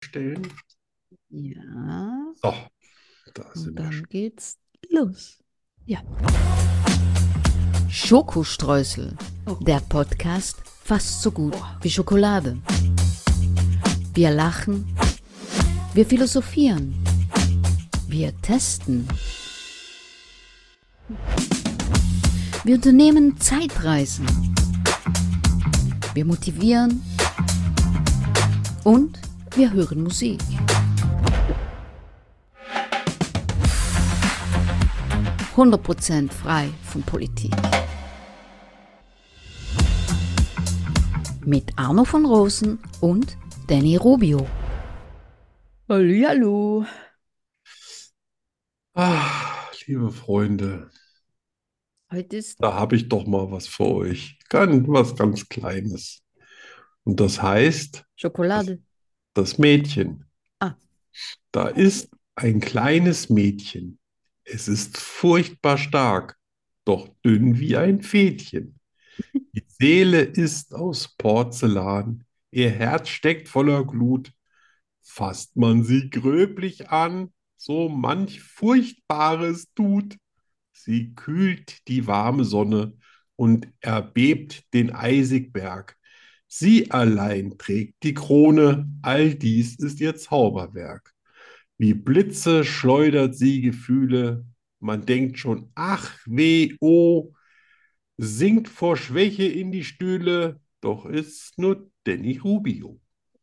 stellen? Ja, So, da und sind wir dann schon. geht's los. Ja. Schokostreusel, Oh, der Podcast fast so gut wie Schokolade. Wir lachen, wir philosophieren, wir testen. Wir unternehmen Zeitreisen. Wir motivieren und wir hören Musik. Prozent frei von Politik. Mit Arno von Rosen und Danny Rubio. Hallo. liebe Freunde, Heute ist da habe ich doch mal was für euch. Was ganz Kleines. Und das heißt, das, Schokolade. das Mädchen. Ah, Da ist ein kleines Mädchen. Es ist furchtbar stark, doch dünn wie ein Fädchen. Die Seele ist aus Porzellan, ihr Herz steckt voller Glut. Fasst man sie gröblich an, so manch Furchtbares tut. Sie kühlt die warme Sonne und erbebt den Eisigberg. Sie allein trägt die Krone, all dies ist ihr Zauberwerk. Wie Blitze schleudert sie Gefühle, man denkt schon, ach weh, oh, sinkt vor Schwäche in die Stühle, doch ist nur Danny Rubio.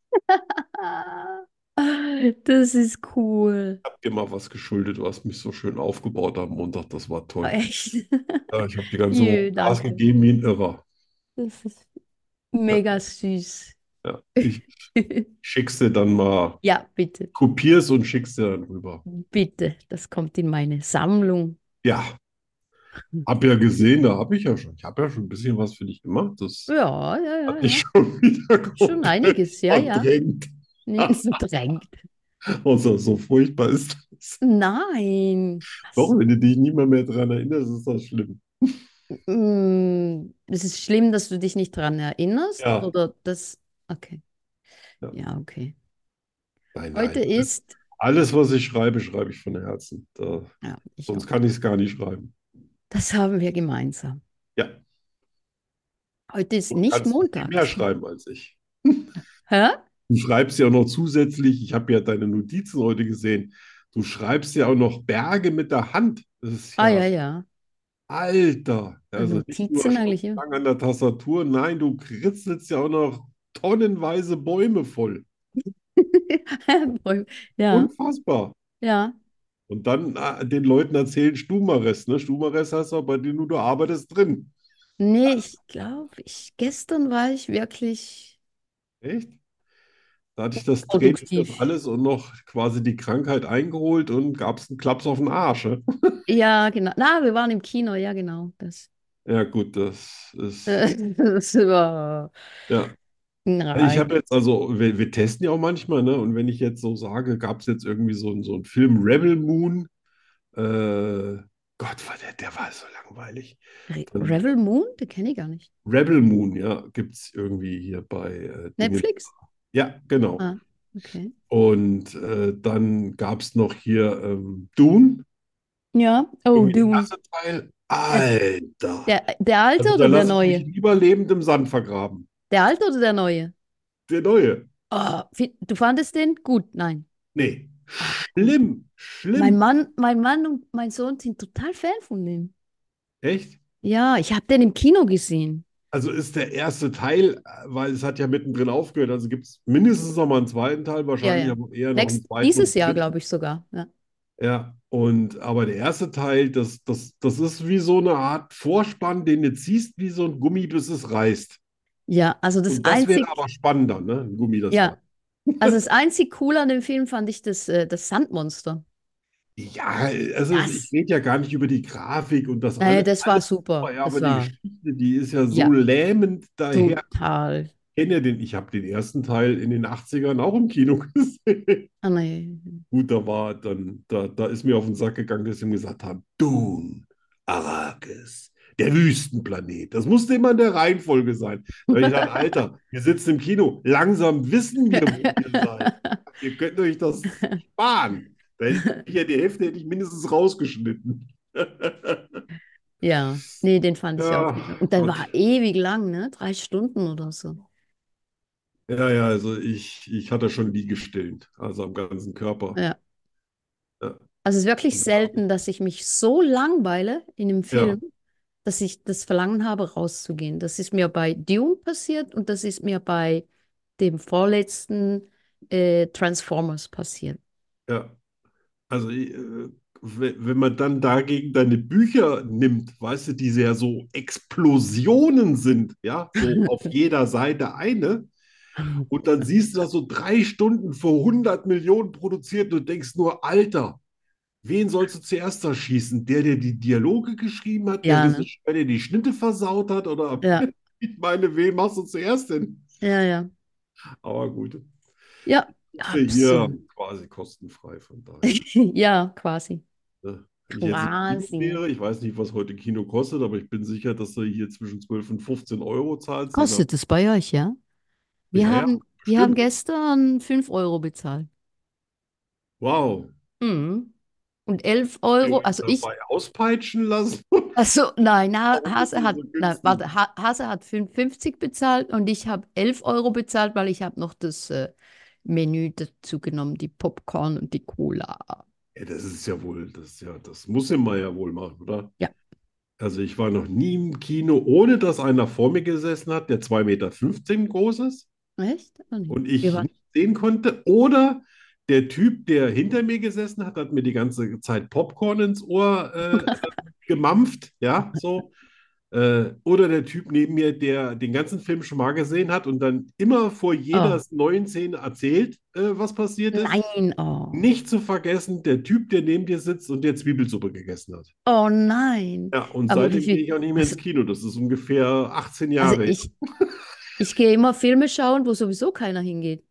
das ist cool. Hab dir mal was geschuldet, du hast mich so schön aufgebaut am Montag, das war toll. Echt? Ja, ich habe die ganze Woche Jö, Gas danke. gegeben wie ein Irrer. Das ist Ja, mega süß. ja. Ich schick's dir dann mal, Ja, bitte. kopier's und schick's dir dann rüber. Bitte. Das kommt in meine Sammlung. Ja, hab ja gesehen, da habe ich ja schon. Ich habe ja schon ein bisschen was für dich gemacht. Das Ja, ja, ja, hatte ich ja. schon wieder Schon komplett einiges, ja, ja. verdrängt. Nee, verdrängt. Also, so furchtbar ist das. Nein. Doch, Was? wenn du dich nicht mehr daran erinnerst, ist das schlimm. Es ist schlimm, dass du dich nicht dran erinnerst, Ja, oder das. Okay. ja. Ja, okay. Nein, Heute nein. ist. Alles, was ich schreibe, schreibe ich von Herzen. Ja, ich Sonst auch. kann ich es gar nicht schreiben. Das haben wir gemeinsam. Ja, Heute ist du nicht kannst viel Montag. mehr schreiben als ich. Hä? Du schreibst ja auch noch zusätzlich, ich habe ja deine Notizen heute gesehen, du schreibst ja auch noch Berge mit der Hand. Das ist Ah, ja, ja, ja. Alter, also nicht nur Notizen eigentlich, ja. stundenlang an der Tastatur, nein, du kritzelst ja auch noch tonnenweise Bäume voll. Ja, Unfassbar. ja. Und dann den Leuten erzählen Stumares, ne? Stumares heißt aber, bei dem du arbeitest drin. Nee, ich glaube, gestern war ich wirklich Echt? Da hatte ich das Training, das produktiv. alles und noch quasi die Krankheit eingeholt und gab es einen Klaps auf den Arsch. Ne? Ja, genau. Na, wir waren im Kino, ja, genau. Das, Ja, gut, das ist, das war. ja. Ich Nein. habe jetzt, also, wir testen ja auch manchmal, ne? Und wenn ich jetzt so sage, gab es jetzt irgendwie so einen Film Rebel Moon, Gott, der war so langweilig. Dann Revel Moon? Den kenne ich gar nicht. Rebel Moon, ja, gibt es irgendwie hier bei Dingen. Netflix? Ja, genau. Ah, okay. Und dann gab es noch hier Dune, Ja. Oh, irgendwie der du. erste Teil. Der, Alter. der alte Also da oder der lasse ich mich neue? lieber lebend im Sand vergraben. Der alte oder der neue? Der neue. Oh, du fandest den gut? Nein. Nee, Ah, gut. schlimm, schlimm. Mein Mann und mein Sohn sind total Fan von dem. Echt? Ja, ich habe den im Kino gesehen. Also ist der erste Teil, weil es hat ja mittendrin aufgehört, also gibt es mindestens noch mal einen zweiten Teil, Ja, wahrscheinlich ja. aber eher noch einen zweiten Dieses und Jahr, dritten. glaube ich sogar. Ja. Ja, aber der erste Teil, das ist wie so eine Art Vorspann, den du ziehst wie so ein Gummi, bis es reißt. Ja, also Und das wäre aber spannender, ne? Ein Gummi, das reißt. ja, also das einzig Coole an dem Film fand ich das Sandmonster. Ja, also ich Das, rede ja gar nicht über die Grafik und das alles, das war alles super, super. ja, Das aber die war, Geschichte, die ist ja so ja, lähmend daher. total. Ich habe den ersten Teil in den 80ern auch im Kino gesehen. Ah, nee. Gut, da ist mir auf den Sack gegangen, dass sie mir gesagt haben, Dune, Arrakis, der Wüstenplanet. Das musste immer in der Reihenfolge sein. Da habe ich gedacht, Alter, wir sitzen im Kino, langsam wissen wir, wo ihr seid. Ihr könnt euch das sparen. Da hätte ich ja die Hälfte hätte ich mindestens rausgeschnitten. Ja, nee, den fand ich auch Ja, wieder. Und der Gott. war ewig lang, ne? 3 Stunden oder so. Ja, ja, also ich hatte schon Liegestellen, also am ganzen Körper. Ja. Ja, Also es ist wirklich und da hab selten, dass ich mich so langweile in einem ja, Film, dass ich das Verlangen habe, rauszugehen. Das ist mir bei Dune passiert und das ist mir bei dem vorletzten Transformers passiert. ja. Also, wenn man dann dagegen deine Bücher nimmt, weißt du, die ja so Explosionen sind, ja, so auf jeder Seite eine, und dann siehst du das so 3 Stunden vor 100 Millionen produziert und denkst nur, Alter, wen sollst du zuerst erschießen? Der die Dialoge geschrieben hat, der Ja, ne? Regisseur, der die Schnitte versaut hat, oder Ja, ich meine, wen machst du zuerst denn? ja, ja. Aber gut, Ja, ist ja hier absolut. quasi kostenfrei, von daher. Ja, quasi. Ne? Wenn ich jetzt im Kino Quasi. wäre, ich weiß nicht, was heute Kino kostet, aber ich bin sicher, dass du hier zwischen 12 und 15 Euro zahlst, je nach. Kostet es bei euch, ja? Wir Ja, ja, haben bestimmt. gestern 5 € bezahlt. Wow. Mhm. Und 11 €, Ihr euch also ich, dabei auspeitschen lassen? also nein, Warum ist das so günstig? Hase hat 55 bezahlt und ich habe 11 € bezahlt, weil ich habe noch das Menü dazu genommen, die Popcorn und die Cola. Ja, das ist ja wohl, das muss man ja wohl machen, oder? Ja, Also ich war noch nie im Kino, ohne dass einer vor mir gesessen hat, der 2,15 Meter groß ist echt? Oh, nee. und Wir ich waren, nicht sehen konnte. Oder der Typ, der hinter mir gesessen hat, hat mir die ganze Zeit Popcorn ins Ohr gemampft, ja, so. Oder der Typ neben mir, der den ganzen Film schon mal gesehen hat und dann immer vor jeder oh, neuen Szene erzählt, was passiert ist. nein, oh. Nicht zu vergessen, der Typ, der neben dir sitzt und der Zwiebelsuppe gegessen hat. Oh nein. Ja, und Aber wie seitdem gehe viel? ich auch nicht mehr ins Kino. Das ist ungefähr 18 Also Jahre her. ich gehe immer Filme schauen, wo sowieso keiner hingeht.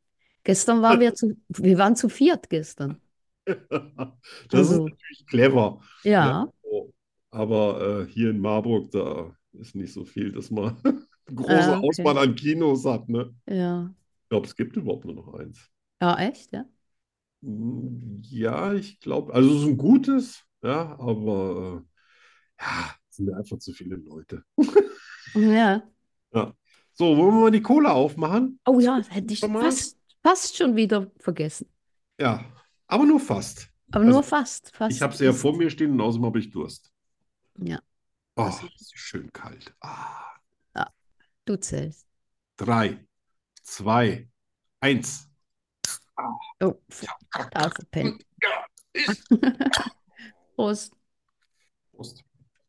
Wir waren zu viert gestern. Das ist Also, natürlich clever. Ja, ja, so. Aber hier in Marburg, da ist nicht so viel, dass man eine große okay. Auswahl an Kinos hat, ne? Ja. Ich glaube, es gibt überhaupt nur noch eins. Ja, echt, ja? Ja, ich glaube, also es ist ein gutes, ja, aber ja, es sind mir einfach zu viele Leute. Ja. Ja. So, wollen wir mal die Cola aufmachen? Oh Zum ja, hätte letzten ich Mal? fast schon wieder vergessen. Ja, aber nur fast. Aber Also, nur fast. ich habe Fast es ja vor ist. mir stehen und außerdem habe ich Durst. Ja. Oh, Also, es ist schön kalt. Ah, ja, du zählst. 3, 2, 1. Oh, total verpennt. Ja, ist. Prost. Prost.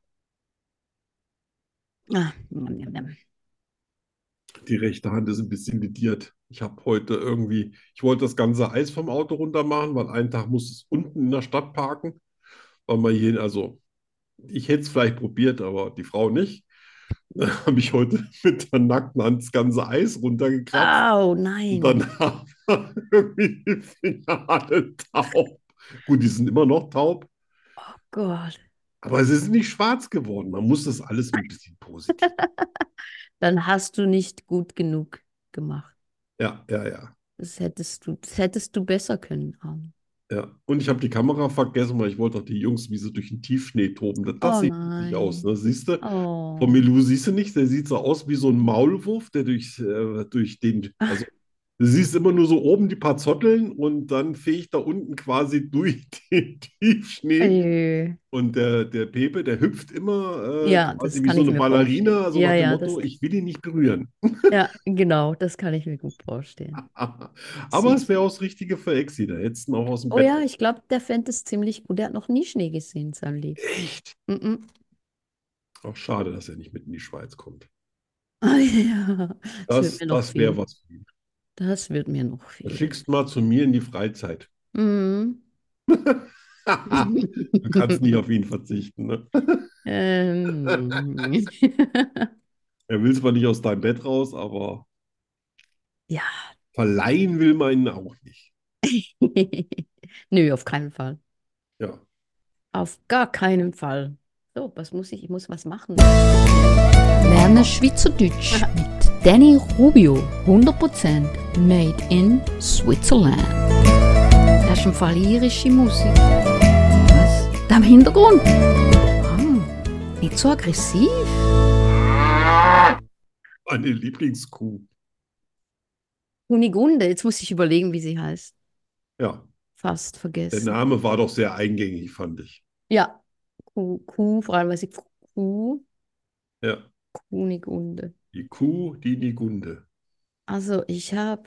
Ah, njam, njam, njam. Die rechte Hand ist ein bisschen lediert. Ich habe heute irgendwie, ich wollte das ganze Eis vom Auto runter machen, weil einen Tag muss es unten in der Stadt parken, weil man hier, also ich hätte es vielleicht probiert, aber die Frau nicht. Dann habe ich heute mit der nackten Hand das ganze Eis runtergekratzt Au, und nein. danach waren irgendwie die Finger alle taub. Gut, die sind immer noch taub, Oh Gott. aber es ist nicht schwarz geworden. Man muss das alles ein bisschen positiv. Dann hast du nicht gut genug gemacht. Ja, ja, ja. Das hättest du besser können, Arne. Ja, und ich habe die Kamera vergessen, weil ich wollte auch die Jungs, wie sie durch den Tiefschnee toben. Das Oh sieht witzig aus, nein. ne? Siehst du? Von Oh. Milou siehst du nicht, der sieht so aus wie so ein Maulwurf, der durch den, also du siehst immer nur so oben die paar Zotteln und dann fegt da unten quasi durch den Tiefschnee. Äh, Und der Pepe, der hüpft immer Ja, das quasi wie kann so ich eine mir Ballerina, vorstellen. so Ja, nach dem ja, Motto, ich will ihn nicht berühren. ja, genau, das kann ich mir gut vorstellen. Aber es Süß. wäre auch das Richtige für Exi, da hättest du ihn auch aus dem Oh Bett ja, raus. ich glaube, der fände es ziemlich gut. Der hat noch nie Schnee gesehen in seinem Leben. Echt? Mhm. Auch schade, dass er nicht mit in die Schweiz kommt. Ah, ja, das wird Das, mir noch das wäre viel. was für ihn. Das wird mir noch Das viel. schickst mal zu mir in die Freizeit. Mhm. Du kannst nicht auf ihn verzichten, ne? Ähm, Er will zwar nicht aus deinem Bett raus, aber ja. verleihen will man ihn auch nicht. Nö, auf keinen Fall. Ja. Auf gar keinen Fall. So, was muss ich? Ich muss was machen. Lerne Schweizerdeutsch mit Danny Rubio. 100% made in Switzerland. Das ist im Fall irische Musik. Was? Da im Hintergrund? Ah, nicht so aggressiv. Meine Lieblingskuh. Kunigunde, jetzt muss ich überlegen, wie sie heißt. Ja, Fast der vergessen. Name war doch sehr eingängig, fand ich. Ja, vor allem, weil sie Ja, Kunigunde. die Kuh, die Nigunde. Also, ich habe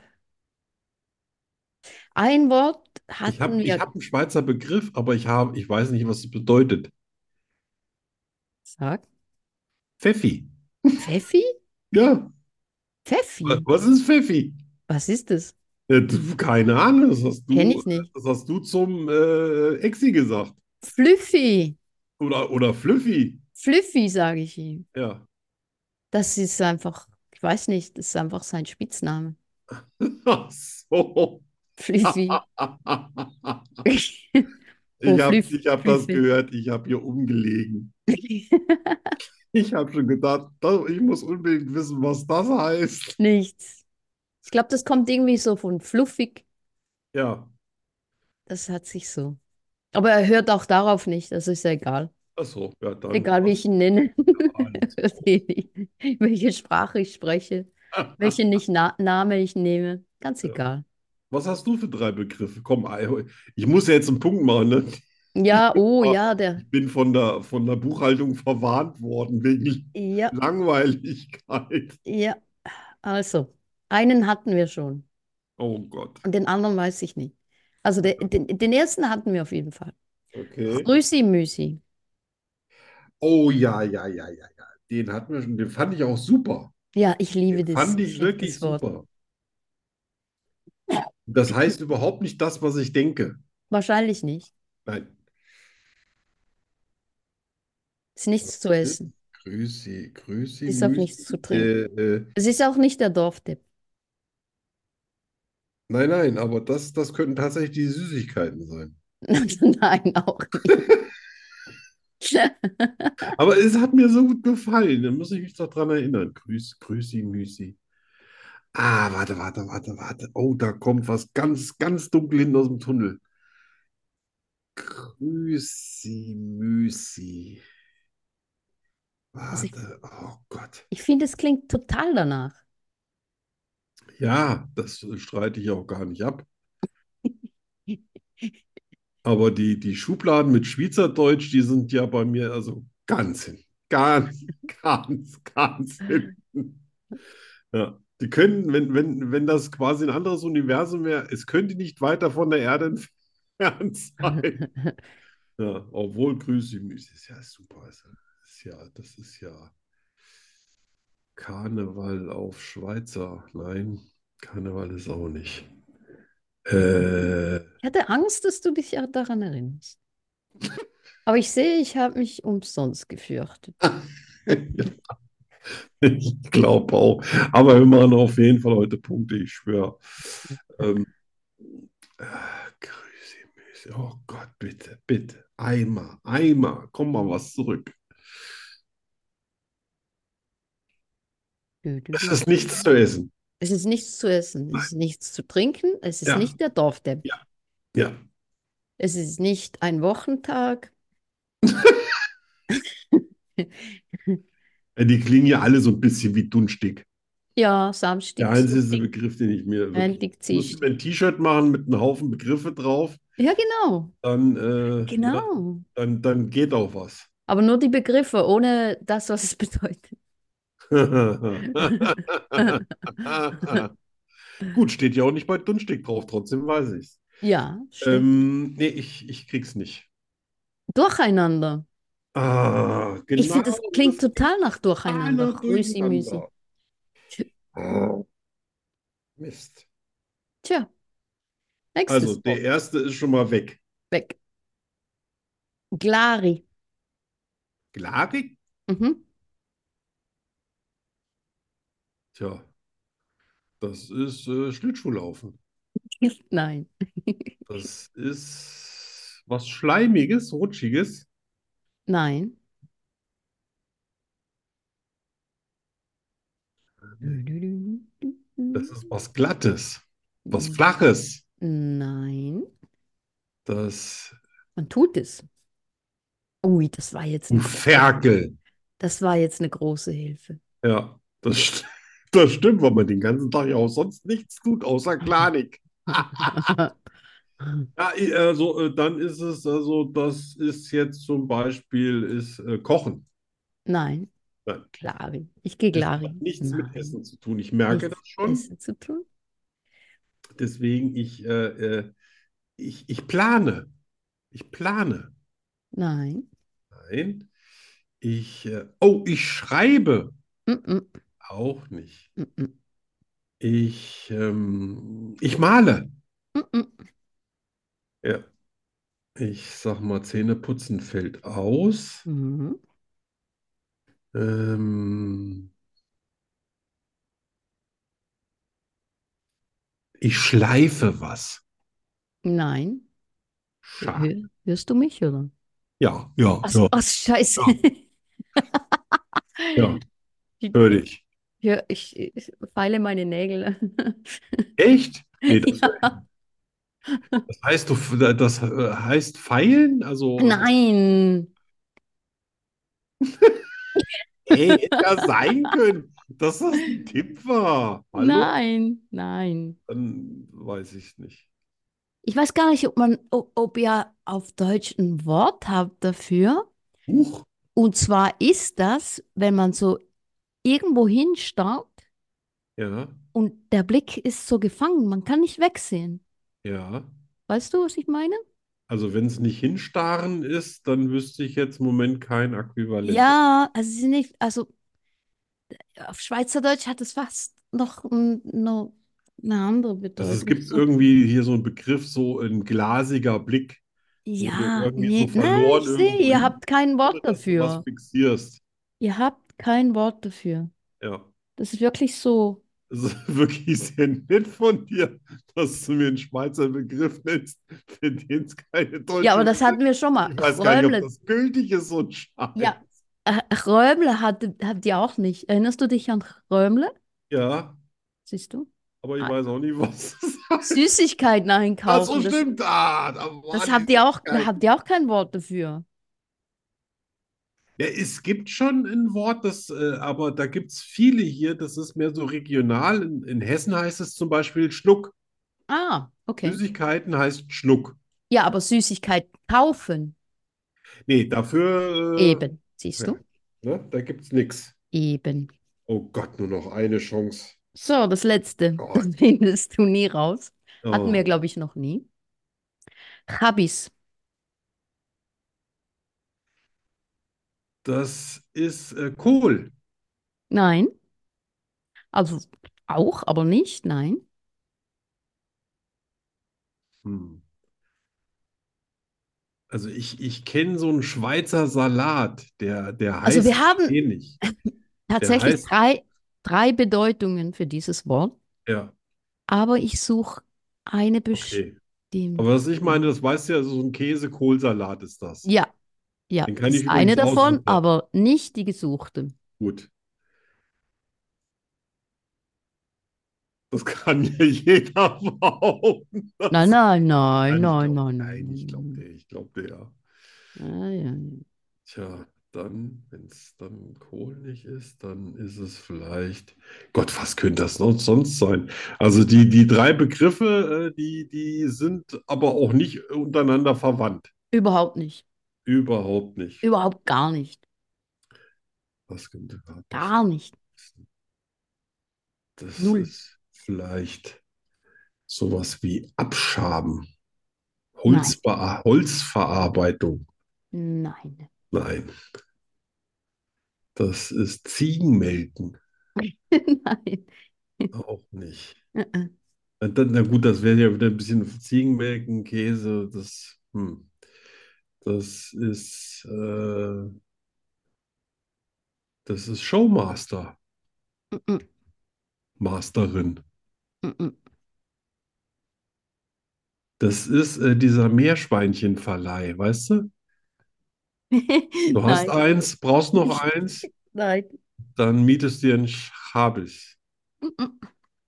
ein Wort Ich hatten habe ich wir hab einen Schweizer Begriff, aber ich weiß nicht, was es bedeutet. gesagt. Pfeffi. Pfeffi? Ja, Pfeffi? was ist Pfeffi? Was ist das? Keine Ahnung, Kenne ich nicht. das hast du zum Exi gesagt. Flüffi. Oder Flüffi. Flüffi, sage ich ihm. Ja. Das ist einfach, ich weiß nicht, das ist einfach sein Spitzname. Ach so. Flüffi. Oh, Ich hab das Flüffi. gehört, ich habe hier umgelegen. Ich habe schon gedacht, ich muss unbedingt wissen, was das heißt. Nichts. Ich glaube, das kommt irgendwie so von fluffig. Ja, Das hat sich so. Aber er hört auch darauf nicht, das ist ja egal. ach so, ja, dann Egal, wie ich passt ihn nenne. alles. Er hört eh nicht, welche Sprache ich spreche, welche nicht Name ich nehme. Ganz Ja. egal. Was hast du für drei Begriffe? Komm, ich muss ja jetzt einen Punkt machen, ne? Ja, oh ja, der. Ich bin von der Buchhaltung verwarnt worden wegen Ja, Langweiligkeit. ja. Also, einen hatten wir schon Oh Gott. und den anderen weiß ich nicht. Also den ersten hatten wir auf jeden Fall. Okay. Grüßi Müsi. Oh ja, ja, ja, ja, ja. Den hatten wir schon, den fand ich auch super. Ja, ich liebe Den das. fand Ich ich liebe wirklich das Wort. super. Das heißt überhaupt nicht das, was ich denke. Wahrscheinlich nicht. Nein. Ist nichts zu essen. Grüßi, Ist auch nichts Müsli. zu trinken. Es ist auch nicht der Dorfdepp. Nein, aber das könnten tatsächlich die Süßigkeiten sein. Nein, auch nicht. Aber es hat mir so gut gefallen. Da muss ich mich doch dran erinnern. Grüßi, Müsi. Ah, warte. Oh, da kommt was ganz dunkel hinten aus dem Tunnel. Grüßi, Müsi. Also Warte, oh Gott. ich finde, es klingt total danach. Ja, das streite ich auch gar nicht ab. Aber die Schubladen mit Schweizerdeutsch, die sind ja bei mir also ganz hinten. Ganz hinten. Ja. Die können, wenn das quasi ein anderes Universum wäre, es könnte nicht weiter von der Erde entfernt sein. Ja, obwohl Grüße-Müsli ist ja super. Das ist ja Karneval auf Schweizer. Nein, Karneval ist auch nicht. Äh, Ich hatte Angst, dass du dich ja daran erinnerst. Aber ich sehe, ich habe mich umsonst gefürchtet. ich glaube auch. Aber wir machen auf jeden Fall heute Punkte, ich schwöre. Ähm, äh, Grüße-Müsli. Oh Gott, bitte. Komm mal was zurück. Dü, dü, Es dü, ist dü. nichts zu essen. Es ist nichts zu essen, es ist nichts zu trinken, es ist Ja, nicht der Dorfdepp, ja, ja. es ist nicht ein Wochentag. Die klingen ja alle so ein bisschen wie Dunstig. Ja, Der Samstag, einzige Sonntag, Begriff, den ich mir wirklich. Montag, Ich muss mir Dienstag. ein T-Shirt machen mit einem Haufen Begriffe drauf, Ja, genau, dann, ja, genau. dann geht auch was. Aber nur die Begriffe, ohne das, was es bedeutet. Gut, steht ja auch nicht bei Dunstig drauf, trotzdem weiß ich es. Ja, stimmt. Nee, ich krieg's nicht. Durcheinander. Ah, Ich genau, finde, das klingt das total nach Durcheinander. totale Grüßi, Müsi. Durcheinander. Oh, Mist. Tja, Also, nächstes der Wort. erste ist schon mal weg. Weg. Glari. Glarik? Mhm. Tja, das ist Schlittschuhlaufen. Nein. Das ist was Schleimiges, Rutschiges. Nein. Das ist was Glattes, was Flaches. Nein, Das, man tut es. Ui, das war jetzt du eine große Hilfe. Ferkel. Das war jetzt eine große Hilfe. Ja, das stimmt, weil man den ganzen Tag ja auch sonst nichts tut, außer Klanik. Ja, also dann ist es, also das ist jetzt zum Beispiel Kochen. Nein, Nein, Klari. Ich gehe es Klari. hat nichts mit Nein. Essen zu tun. Ich merke das Nichts mit schon. Essen zu tun? Deswegen, ich plane. Ich plane. Nein. Nein. Oh, ich schreibe. Mm-mm. Auch nicht. Mm-mm. Ich male. Mm-mm. Ja. Ich sag mal, Zähneputzen fällt aus. Mhm. Ähm, ich schleife was. Nein. Schade. Hörst du mich, oder? Ja, ja, Ach, ja, ach Scheiße. ja, ja, Ich, hör dich. ich feile meine Nägel. Echt? Nee, Ja. das heißt, das heißt feilen? Also, Nein. hätte ja sein können, dass das ein Tipp war. Hallo? Nein, nein. Dann weiß ich es nicht. Ich weiß gar nicht, ob ihr auf Deutsch ein Wort habt dafür. Huch, Und zwar ist das, wenn man so irgendwo hinstarrt ja, und der Blick ist so gefangen, man kann nicht wegsehen. ja. Weißt du, was ich meine? Also, wenn es nicht hinstarren ist, dann wüsste ich jetzt im Moment kein Äquivalent. Ja, also, sie nicht, also auf Schweizerdeutsch hat es fast noch eine andere Also, es Bedeutung. gibt So. irgendwie hier so einen Begriff, so ein glasiger Blick, wo du Ja, irgendwie so nee, nein, verloren ich sehe, irgendwo ihr hin, habt kein ohne Wort dass du was dafür. fixierst. Ihr habt kein Wort dafür. Ja. Das ist wirklich so. Es ist wirklich sehr nett von dir, dass du mir einen Schweizer Begriff nennst, für den es keine Ja, deutsche aber das Übersetzung hatten wir schon mal. gibt. Ich weiß gar nicht, ob Römle. das gültig ist, so ein Scheiß. Ja, Römle habt ihr auch nicht. Erinnerst du dich an Römle? Ja, Siehst du? aber ich Ah, weiß auch nicht, was das heißt. Süßigkeiten Ach so, einkaufen. stimmt. Ah, da Das waren die habt Süßigkeiten. ihr auch kein Wort dafür. Ja, es gibt schon ein Wort, aber da gibt es viele hier, das ist mehr so regional. In Hessen heißt es zum Beispiel Schnuck. Ah, okay. Süßigkeiten heißt Schnuck. Ja, aber Süßigkeiten kaufen. Nee, dafür, Eben. Siehst ja, du? ne, da gibt es nichts. Eben. Oh Gott, nur noch eine Chance. So, das letzte. Das Gott. findest du nie raus. Hatten wir, Oh, glaube ich, noch nie. Chabis. das ist Kohl. Nein. Also auch, aber nicht. Nein. Hm. Also ich kenne so einen Schweizer Salat, der Also wir heißt haben ähnlich. Der tatsächlich heißt, drei Bedeutungen für dieses Wort, ja, aber ich suche eine okay. bestimmte. Aber was ich meine, das weißt du ja, so ein Käse-Kohlsalat ist das. Ja, ja, Den kann ich ist eine übrigens auch davon, super. aber nicht die gesuchte. Gut. Das kann ja jeder behaupten. Nein, nein, Nein, nein, ich nein, glaube, nein, nein, nein. ich glaube der. Ja, ja, ja. Tja, dann, wenn es dann Kohl nicht ist, dann ist es vielleicht. Gott, was könnte das noch sonst sein? Also die drei Begriffe, die sind aber auch nicht untereinander verwandt. Überhaupt nicht. Überhaupt nicht. Überhaupt gar nicht. Was könnte da das Gar nicht. sein? Das Null. ist vielleicht sowas wie Abschaben, Nein, Holzverarbeitung. nein. Nein, das ist Ziegenmelken. Nein. Auch nicht. Äh. Na gut, das wäre ja wieder ein bisschen Ziegenmelken, Käse. Das ist, das ist Showmaster, Mm, Masterin. mm, mm. Das ist dieser Meerschweinchenverleih, weißt du? Du hast Nein. eins, brauchst noch eins, Nein. dann mietest dir einen Chabis. Mm-mm.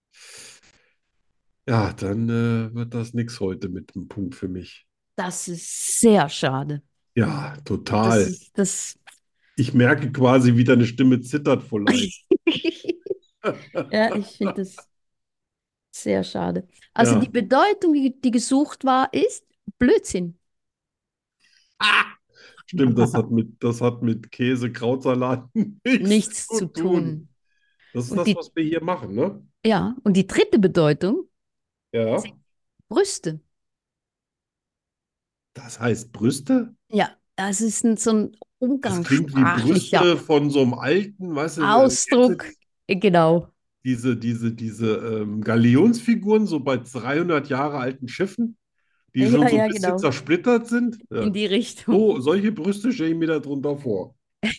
Ja, dann wird das nichts heute mit einem Punkt für mich. Das ist sehr schade. Ja, Das total. ist das. Ich merke quasi, wie deine Stimme zittert vor Leid. Ja, ich finde das sehr schade. Also die Ja. Bedeutung, die gesucht war, ist Blödsinn. Stimmt, das hat mit Käse, Krautsalat nichts Nichts zu zu tun. tun. Das ist Und das, die, was wir hier machen, ne? ja, und die dritte Bedeutung sind Ja. Brüste. Das heißt Brüste? Ja, das ist so ein Das klingt wie umgangssprachlicher Brüste von so einem alten, weißt du, kennst du Ausdruck. Genau. diese Galionsfiguren, so bei 300 Jahre alten Schiffen, die schon Ja, so ein ja, bisschen genau. zersplittert sind? In Ja. die Richtung. So, solche Brüste stelle ich mir da drunter vor.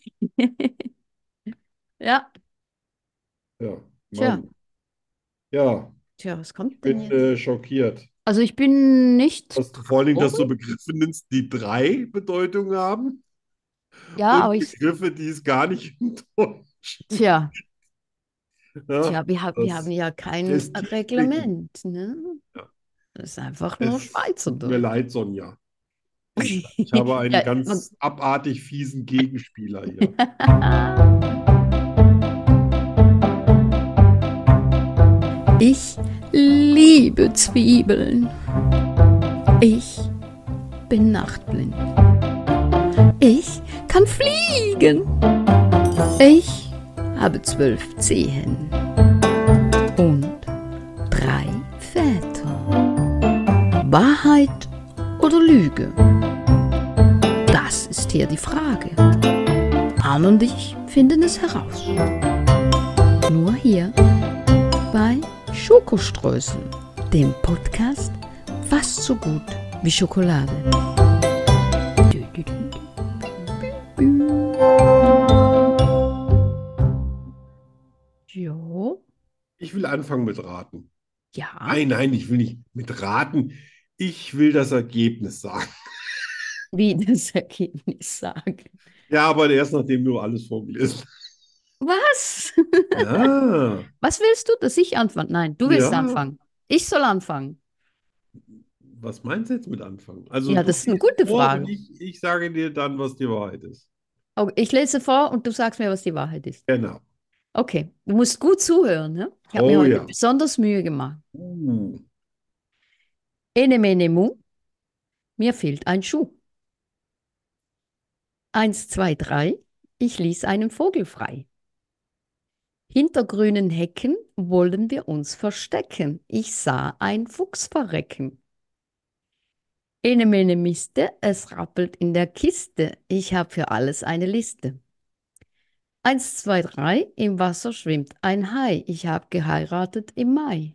Ja, Ja, tja, Mann. Ja, tja, was ich kommt denn bin jetzt? schockiert. Also ich bin nicht Vor allen Dingen, dass du traurig. Begriffe nennst, die drei Bedeutungen haben Ja, und aber Begriffe, die es gar nicht in Deutsch gibt. tja, Ja, wir haben das ja kein lässt tief blicken. Reglement, ne? Ja. Das ist einfach nur Es tut mir Schweizerdeutsch. leid, Sonja. Ich habe einen Ja, man, ganz abartig fiesen Gegenspieler hier. ich liebe Zwiebeln. Ich bin nachtblind. Ich kann fliegen. Ich habe 12 Zehen und 3 Väter. Wahrheit oder Lüge? Das ist hier die Frage. Arne und ich finden es heraus. Nur hier bei Schokoströßen, dem Podcast fast so gut wie Schokolade. Jo, Ich will anfangen mit Raten. ja, Nein, nein, ich will nicht mit Raten. Ich will das Ergebnis sagen. wie das Ergebnis sagen. Ja, aber erst nachdem du alles vorgelesen hast. Was? Ja, Was willst du, dass ich anfange? Nein, du willst ja. anfangen. Ich soll anfangen. Was meinst du jetzt mit anfangen? Also Ja, du das ist eine liest gute vor und Frage. ich sage dir dann, was die Wahrheit ist. Okay, ich lese vor und du sagst mir, was die Wahrheit ist. Genau. Okay, du musst gut zuhören. Ne? Ich habe mir Oh heute ja. besonders Mühe gemacht. Uh, Ene mene mu, mir fehlt ein Schuh. Eins, zwei, drei, ich ließ einen Vogel frei. Hinter grünen Hecken wollen wir uns verstecken. Ich sah ein Fuchs verrecken. Ene mene miste, es rappelt in der Kiste. Ich hab für alles eine Liste. Eins, zwei, drei, im Wasser schwimmt ein Hai. Ich hab geheiratet im Mai.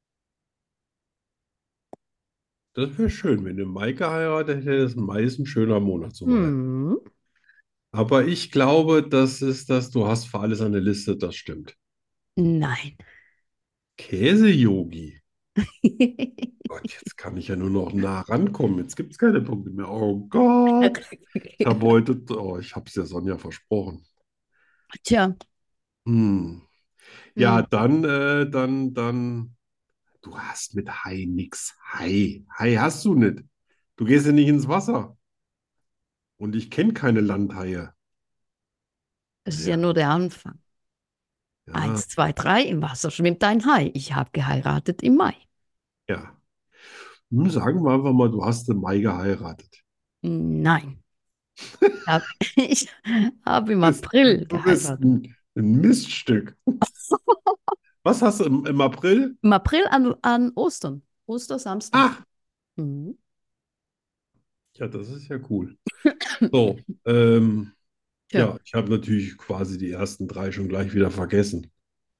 das wäre schön, wenn du im Mai geheiratet hättest. Mai ist ein schöner Monat zum Heiraten. Hm, Aber ich glaube, das ist das, du hast für alles eine Liste, das stimmt. nein. Käseyogi. Gott, jetzt kann ich ja nur noch nah rankommen. Jetzt gibt es keine Punkte mehr. Oh Gott. Ich habe heute, oh, ich habe es der Sonja versprochen. Tja, Hm. Ja, hm. dann, du hast mit Hai nix. Hai hast du nicht. Du gehst ja nicht ins Wasser. Und ich kenne keine Landhaie. Das ist ja Ja, nur der Anfang. ja, Eins, zwei, drei, im Wasser schwimmt ein Hai. Ich hab geheiratet im Mai. ja. Sagen wir einfach mal, du hast im Mai geheiratet. Nein. Hab, ich habe im Bist, April du bist geheiratet. ein Miststück. Was hast du im April? Im April an Ostern. Ostersamstag. Ach, Mhm. ja, das ist ja cool. So, Tja. ja, ich habe natürlich quasi die ersten drei schon gleich wieder vergessen.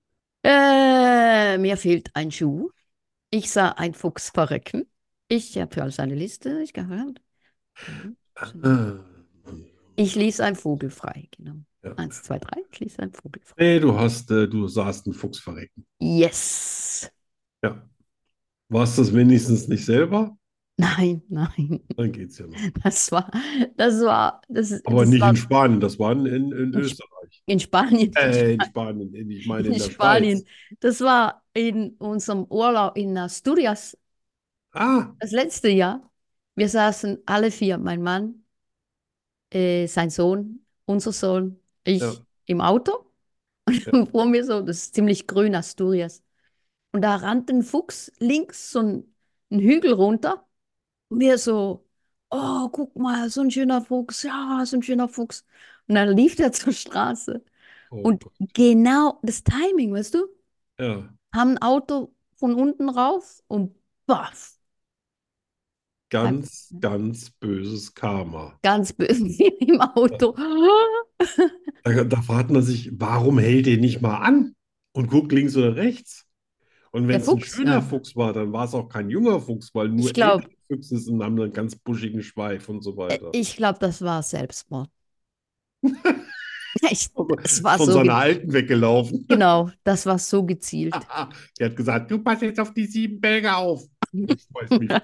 Mir fehlt ein Schuh. Ich sah ein Fuchs verrecken. Ich habe für alles eine Liste. Ich gehört. Ah, Ich ließ ein Vogel frei. Genau. ja. Eins, zwei, drei. Ich ließ ein Vogel frei. Nee, du sahst einen Fuchs verrecken. Yes. Ja. Warst das wenigstens nicht selber? Nein, nein. Dann geht's ja noch. Das war, das war, Aber das nicht in war Spanien, das war in in, Sp- Österreich. Frankreich. in Spanien, In Spanien, ich meine in in der Spanien. Schweiz. Das war in unserem Urlaub in Asturias, Ah, das letzte Jahr. Wir saßen alle vier, mein Mann, sein Sohn, unser Sohn, ja, ich im Auto ja. und vor mir so, das ist ziemlich grün, Asturias. Und da rannte ein Fuchs links so einen Hügel runter und wir so, oh, guck mal, so ein schöner Fuchs, ja, so ein schöner Fuchs. Und dann lief der zur Straße Oh und Gott. genau das Timing, weißt du, Ja, haben ein Auto von unten rauf und baff, einfach ganz, ganz böses Karma. ganz böse im Auto. Da fragt man sich, warum hält der nicht mal an und guckt links oder rechts? Und wenn Der es ein Fuchs, schöner ja. Fuchs war, dann war es auch kein junger Fuchs, weil Ich nur glaube, ältere Füchse sind, haben einen ganz buschigen Schweif und so weiter. ich glaube, das war Selbstmord. Echt, es Ist war von so, seiner Alten weggelaufen. genau, das war so gezielt. Der hat gesagt, du pass jetzt auf die 7 Bälge auf. Und schmeißt mich.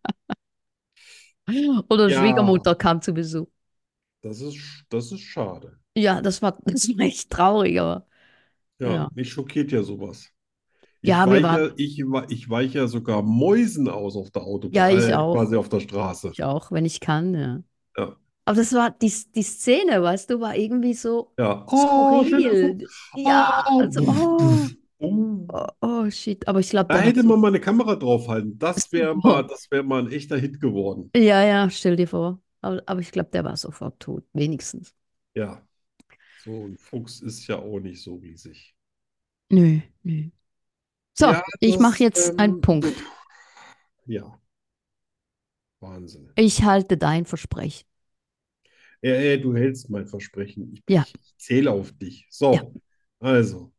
Oder Ja, Schwiegermutter kam zu Besuch. das ist schade. Ja, das war echt traurig, aber Ja, ja. mich schockiert ja sowas. Ich Ja, wir weiche, waren, ja- ich weiche ja sogar Mäusen aus auf der ja, ich quasi auch. auf der Straße. Ich auch, wenn ich kann, ja. Ja, Aber das war, die Szene, weißt du, war irgendwie so ja. Oh, schöner Fuchs. skurril. Ja, Oh, also, oh, oh. oh, oh, shit. Aber ich glaube, Da der hat hätte so. man mal eine Kamera draufhalten. Das wär mal ein echter Hit geworden. Ja, ja, stell dir vor. Aber ich glaube, der war sofort tot, wenigstens. Ja, so ein Fuchs ist ja auch nicht so riesig. Nö, nö. So, Ja, ich mache jetzt einen Punkt. ja, Wahnsinn. Ich halte dein Versprechen. Du hältst mein Versprechen. Ich, Ja, ich, ich zähle auf dich. ja. So, also.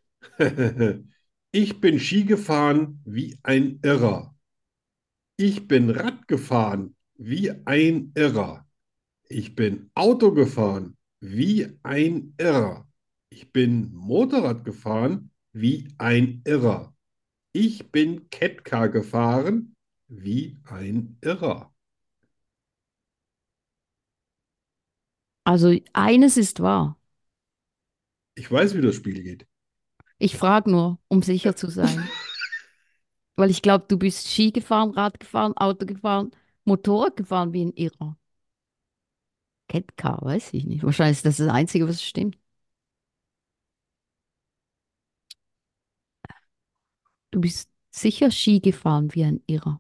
Ich bin Ski gefahren wie ein Irrer. Ich bin Rad gefahren wie ein Irrer. Ich bin Auto gefahren wie ein Irrer. Ich bin Motorrad gefahren wie ein Irrer. Ich bin Catcar gefahren wie ein Irrer. Also eines ist wahr. Ich weiß, wie das Spiel geht. Ich frage nur, um sicher zu sein. Weil ich glaube, du bist Ski gefahren, Rad gefahren, Auto gefahren, Motorrad gefahren wie ein Irrer. Catcar, weiß ich nicht. Wahrscheinlich ist das das Einzige, was stimmt. Du bist sicher Ski gefahren wie ein Irrer.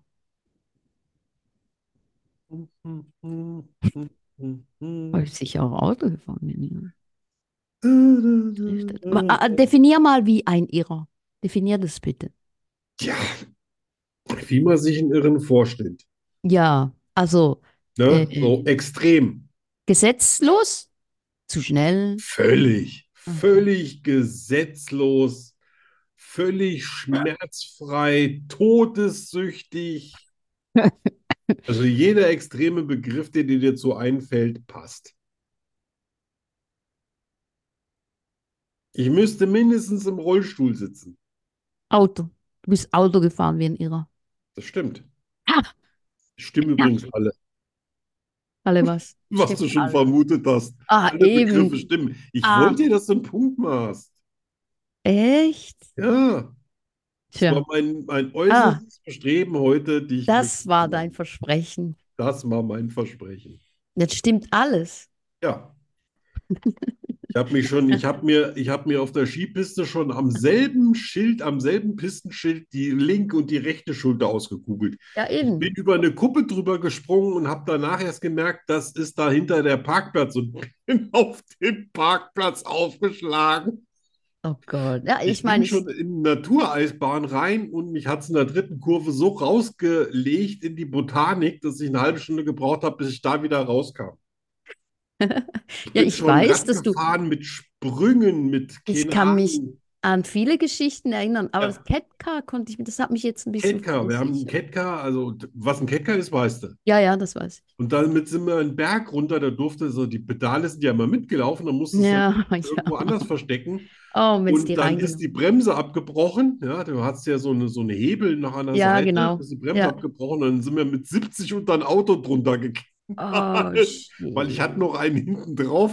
Aber ich sicher auch Auto gefahren wie ein Irrer. Trifft das? Definier mal wie ein Irrer. Definier das bitte. Ja, wie man sich einen Irren vorstellt. Ja, also Ne? äh, So extrem. gesetzlos, zu schnell. Völlig, Okay. völlig gesetzlos, völlig schmerzfrei, todessüchtig. Also jeder extreme Begriff, der dir dazu einfällt, passt. Ich müsste mindestens im Rollstuhl sitzen. Auto. Du bist Auto gefahren wie ein Irrer. Das stimmt. Ah, Stimmen ja. übrigens alle, Alle was? was Stimmt du schon alle. vermutet hast. Ah, Alle Begriffe eben. stimmen. Ich Ah, wollte dir, dass du einen Punkt machst. echt? Ja, es war Tja. mein Ah, äußerstes Bestreben heute, dich das glücklich zu war dein machen. Versprechen. Das war mein Versprechen. Jetzt stimmt alles. Ja. Ich habe mir auf der Skipiste schon am selben Pistenschild die linke und die rechte Schulter ausgekugelt. Ja, Ich bin eben. über eine Kuppe drüber gesprungen und habe danach erst gemerkt, das ist dahinter der Parkplatz und bin auf den Parkplatz aufgeschlagen. Oh Gott. Ja, ich Ich bin meine, schon in die Natureisbahn rein und mich hat es in der dritten Kurve so rausgelegt in die Botanik, dass ich eine halbe Stunde gebraucht habe, bis ich da wieder rauskam. Ich ja, bin ich schon weiß, Rad dass du, gefahren mit Sprüngen, mit, ich keine kann mich Ahnung. an viele Geschichten erinnern, aber das Ja, Catcar konnte ich, das hat mich jetzt ein bisschen Catcar, wir haben einen verunsichert. Catcar, also was ein Catcar ist, weißt du. Ja, ja, das weiß ich. Und damit sind wir einen Berg runter, da durfte so, die Pedale sind ja immer mitgelaufen, dann musstest du Ja, irgendwo ja. anders verstecken. Oh, wenn es die Und dann ist die reingenommen. Bremse abgebrochen. Ja, du hast ja so eine Hebel noch an der Ja, Seite, genau. ist die Bremse Ja. abgebrochen. Und dann sind wir mit 70 unter ein Auto drunter Oh, geknallt, weil ich hatte shit. noch einen hinten drauf.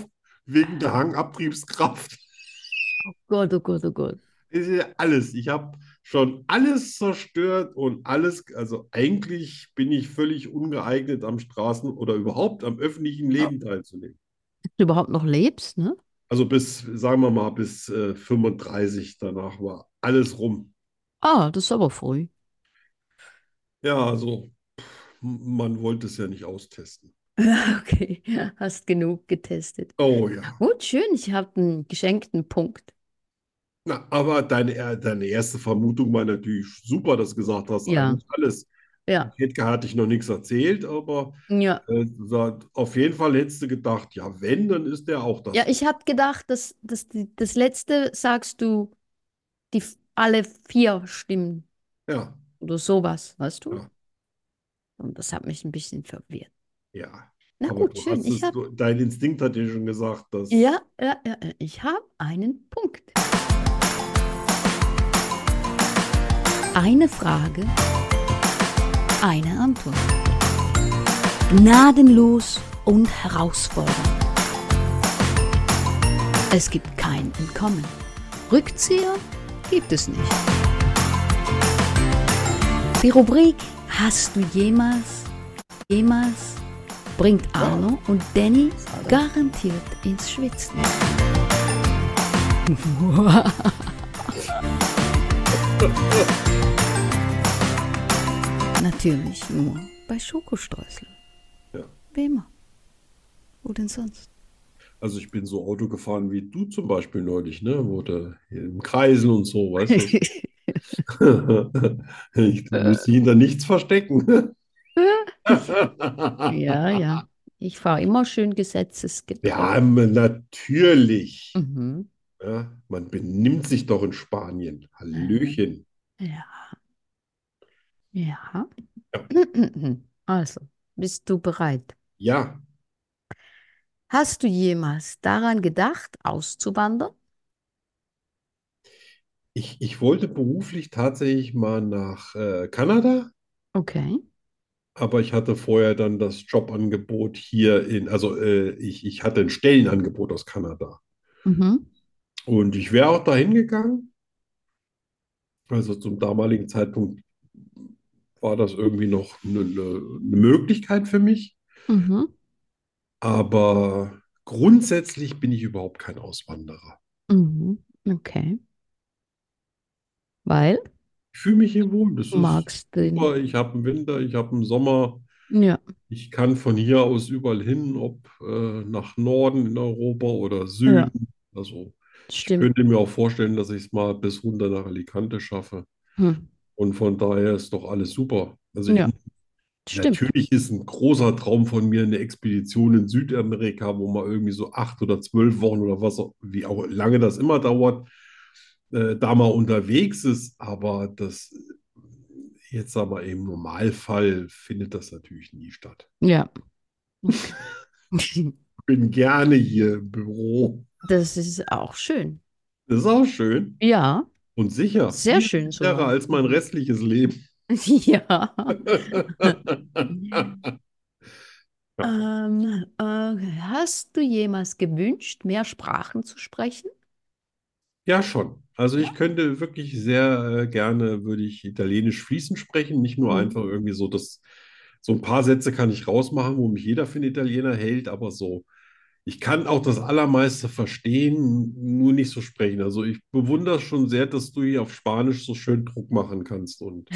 wegen der Hangabtriebskraft. Gott, oh Gott, oh Gott. Ist ja alles. Ich habe schon alles zerstört und alles, also eigentlich bin ich völlig ungeeignet am Straßen oder überhaupt am öffentlichen Ob Leben teilzunehmen. du überhaupt noch lebst, ne? Also bis, sagen wir mal, bis 35, danach war alles rum. Ah, das ist aber früh. Ja, also man wollte es ja nicht austesten. Okay, hast genug getestet. Oh ja. Gut, schön, ich habe einen geschenkten Punkt. Na, aber deine erste Vermutung war natürlich super, dass du gesagt hast, Ja, eigentlich alles. ja, Edgar hatte ich noch nichts erzählt, aber ja. auf jeden Fall hättest du gedacht, ja, wenn, dann ist der auch Ja, das. ich habe gedacht, das letzte sagst du, alle vier stimmen Ja, oder sowas, weißt du? ja, Und das hat mich ein bisschen verwirrt. ja. Na Aber gut, du schön. hast es, dein Instinkt hat dir schon gesagt, dass, Ich habe einen Punkt. Eine Frage, eine Antwort. Gnadenlos und herausfordernd. Es gibt kein Entkommen. Rückzieher gibt es nicht. Die Rubrik Hast du jemals bringt Arno und Danny garantiert ins Schwitzen. Natürlich nur bei Schokostreusel. ja. Wie immer. Wo denn sonst? Also ich bin so Auto gefahren wie du zum Beispiel neulich, ne? Wo du hier im Kreisel und so, weißt du? Ich muss hinter nichts verstecken. Ja, ja. Ich fahre immer schön gesetzesgetreu. Ja, natürlich. Mhm. Ja, man benimmt sich doch in Spanien. Hallöchen. Ja, ja. Ja, Also, bist du bereit? ja. Hast du jemals daran gedacht, auszuwandern? Ich wollte beruflich tatsächlich mal nach Kanada, Okay. aber ich hatte vorher dann das Jobangebot hier also ich hatte ein Stellenangebot aus Kanada. Mhm. Und ich wäre auch dahin gegangen. Also zum damaligen Zeitpunkt war das irgendwie noch eine Möglichkeit für mich. Mhm. Aber grundsätzlich bin ich überhaupt kein Auswanderer. Mhm. Okay. Weil Ich fühle mich hier wohl. Das du ist magst super. den. Ich habe einen Winter, ich habe einen Sommer. Ja, Ich kann von hier aus überall hin, ob nach Norden in Europa oder ja, Süden. Also ich stimmt. könnte mir auch vorstellen, dass ich es mal bis runter nach Alicante schaffe. Hm. Und von daher ist doch alles super. Also Ja, stimmt. natürlich ist ein großer Traum von mir eine Expedition in Südamerika, wo man irgendwie so 8 oder 12 Wochen oder was, wie auch lange das immer dauert, da mal unterwegs ist. Aber das jetzt aber im Normalfall findet das natürlich nie statt. Ja, okay. Bin gerne hier im Büro. Das ist auch schön. Das ist auch schön Ja, und sicher. sehr Viel schön sicherer sogar. als mein restliches Leben. Ja. Ja. Hast du jemals gewünscht, mehr Sprachen zu sprechen? Ja, schon. Also Ja. ich könnte wirklich sehr gerne, würde ich Italienisch fließend sprechen, nicht nur Mhm. einfach irgendwie so, so ein paar Sätze kann ich rausmachen, wo mich jeder für einen Italiener hält, aber so, ich kann auch das Allermeiste verstehen, nur nicht so sprechen. Also ich bewundere schon sehr, dass du hier auf Spanisch so schön Druck machen kannst und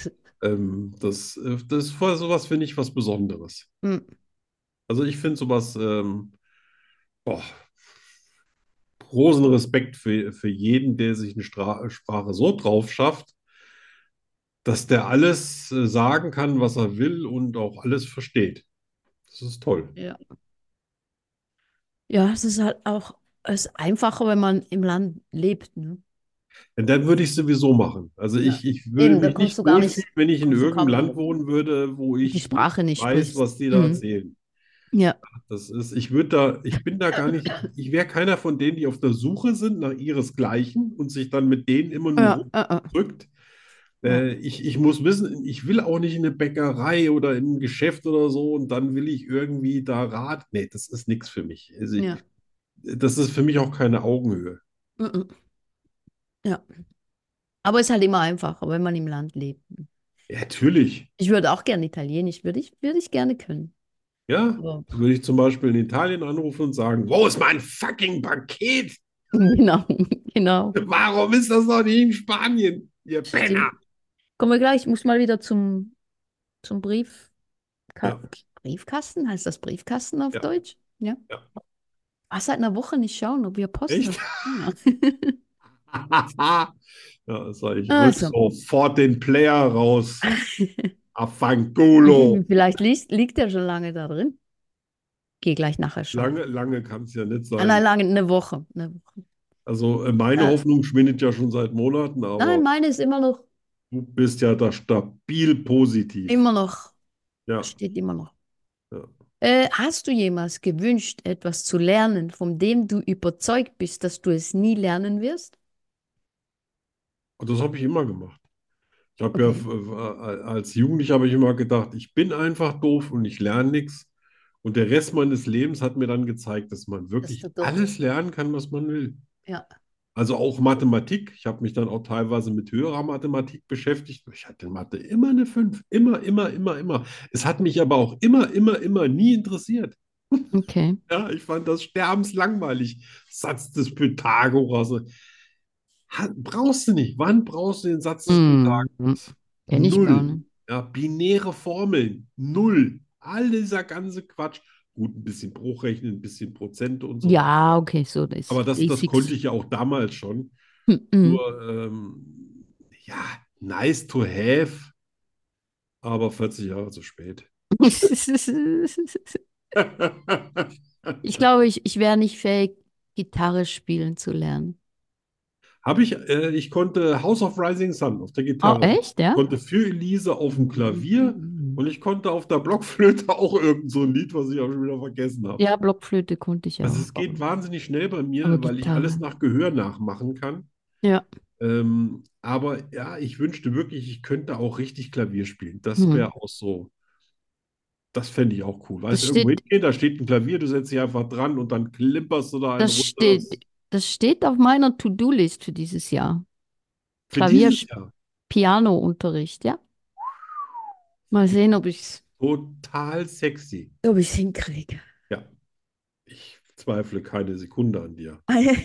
das sowas finde ich was Besonderes. Hm, Also ich finde sowas, boah, großen Respekt für jeden, der sich eine Sprache so drauf schafft, dass der alles sagen kann, was er will und auch alles versteht. Das ist toll. ja. Ja, es ist halt auch es ist einfacher, wenn man im Land lebt, ne? Und dann würde ich sowieso machen. Also Ja. ich würde Eben, da mich kommst nicht du gar nicht, wohlfühlen, wenn ich in kommst du irgendeinem kaum Land drauf, wohnen würde, wo die ich nicht Sprache nicht weiß, sprichst. was die da Mhm. erzählen. Ja. Ich bin da gar nicht, ich wäre keiner von denen, die auf der Suche sind nach ihresgleichen und sich dann mit denen immer nur Ja, rumdrückt. ja, Ich muss wissen, ich will auch nicht in eine Bäckerei oder in ein Geschäft oder so und dann will ich irgendwie da Rat. Nee, das ist nichts für mich. Also ja. das ist für mich auch keine Augenhöhe. Mhm. Ja. Aber es ist halt immer einfacher, wenn man im Land lebt. Ja, natürlich. Ich würde auch gerne Italienisch, würde ich gerne können. Ja, Aber, würde ich zum Beispiel in Italien anrufen und sagen, wo ist mein fucking Paket? genau, genau. Warum ist das noch nicht in Spanien, ihr Penner? Stimmt. Kommen wir gleich, ich muss mal wieder zum Ja, Briefkasten. Heißt das Briefkasten auf ja, Deutsch? Ja. ja. Ach, seit einer Woche nicht schauen, ob wir Post Echt? haben. Ja. Ja, sag ich, rück Also, sofort den Player raus. Affangulo. vielleicht liegt er schon lange da drin. Geh gleich nachher schauen. Lange, lange kann es ja nicht Ah, nein, sein. lange, eine Woche. Eine Woche. Also meine Äh, Hoffnung schwindet ja schon seit Monaten, nein, aber meine ist du bist ja da stabil positiv. immer noch, Ja, steht immer noch. ja. Hast du jemals gewünscht, etwas zu lernen, von dem du überzeugt bist, dass du es nie lernen wirst? Und das habe ich immer gemacht. Ich habe ja Okay, als Jugendlicher habe ich immer gedacht, ich bin einfach doof und ich lerne nichts. Und der Rest meines Lebens hat mir dann gezeigt, dass man dass du wirklich doch, alles lernen kann, was man will. ja. Also auch Mathematik. Ich habe mich dann auch teilweise mit höherer Mathematik beschäftigt. Ich hatte in Mathe immer eine 5. Immer, immer, immer, immer. Es hat mich aber auch immer, immer, immer nie interessiert. Okay. Ja, ich fand das sterbenslangweilig. Satz des Pythagoras. Brauchst du nicht. Wann brauchst du den Satz des Mhm. Pythagoras? Kenne ich gar Null. nicht. Ja, binäre Formeln. Null. All dieser ganze Quatsch. Gut, ein bisschen Bruchrechnen, ein bisschen Prozente und so. Ja, okay, so das Aber das konnte Basics. ich ja auch damals schon. Mhm. Nur, ja, nice to have, aber 40 Jahre zu spät. Ich glaube, ich wäre nicht fähig, Gitarre spielen zu lernen. Ich konnte House of Rising Sun auf der Oh, Gitarre, echt, ja? konnte für Elise auf dem Klavier Mhm. und ich konnte auf der Blockflöte auch irgend so ein Lied, was ich auch schon wieder vergessen habe. Ja, Blockflöte konnte ich Also auch. es geht wahnsinnig schnell bei Aber mir, weil ich alles Gitarre. nach Gehör nachmachen kann. Ja. Aber ja, ich wünschte wirklich, ich könnte auch richtig Klavier spielen. Das Hm. wäre auch so. Das fände ich auch cool. Weißt Das du, irgendwo steht, hingehen, da steht ein Klavier, du setzt dich einfach dran und dann klimperst du da einen das runter. steht, das steht auf meiner To-Do-List für dieses Jahr. Für Klavier, dieses Jahr Piano-Unterricht, ja. Mal sehen, total sexy. ob ich's hinkriege. Ja, ich zweifle keine Sekunde an dir.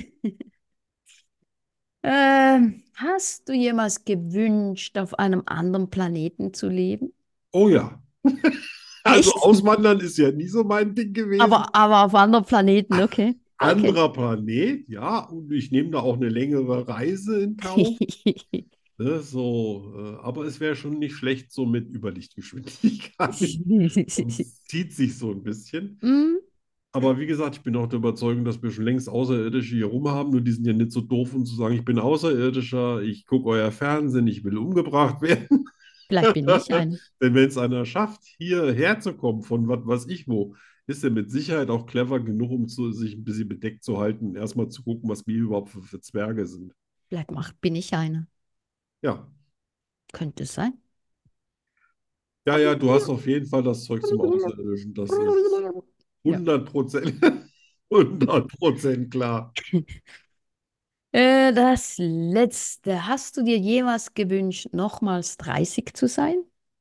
Hast du jemals gewünscht, auf einem anderen Planeten zu leben? Oh ja, also Echt? Auswandern ist ja nie so mein Ding gewesen. Aber auf anderen Planeten, okay. Okay. Anderer Planet, ja, und ich nehme da auch eine längere Reise in Kauf. Ne, so, aber es wäre schon nicht schlecht, so mit Überlichtgeschwindigkeit. Es zieht sich so ein bisschen. Hm, Aber wie gesagt, ich bin auch der Überzeugung, dass wir schon längst Außerirdische hier rum haben. Nur die sind ja nicht so doof, um zu sagen, ich bin Außerirdischer, ich gucke euer Fernsehen, ich will umgebracht werden. vielleicht bin ich eine. Denn wenn es einer schafft, hierher zu kommen, von was weiß ich wo, ist er mit Sicherheit auch clever genug, um sich ein bisschen bedeckt zu halten und erstmal zu gucken, was wir überhaupt für Zwerge sind. Bin ich eine. Ja, Könnte es sein. ja, ja, du hast auf jeden Fall das Zeug zum Außerirdischen. Das ist Ja. 100%, 100% klar. Das letzte. Hast du dir jemals gewünscht, nochmals 30 zu sein?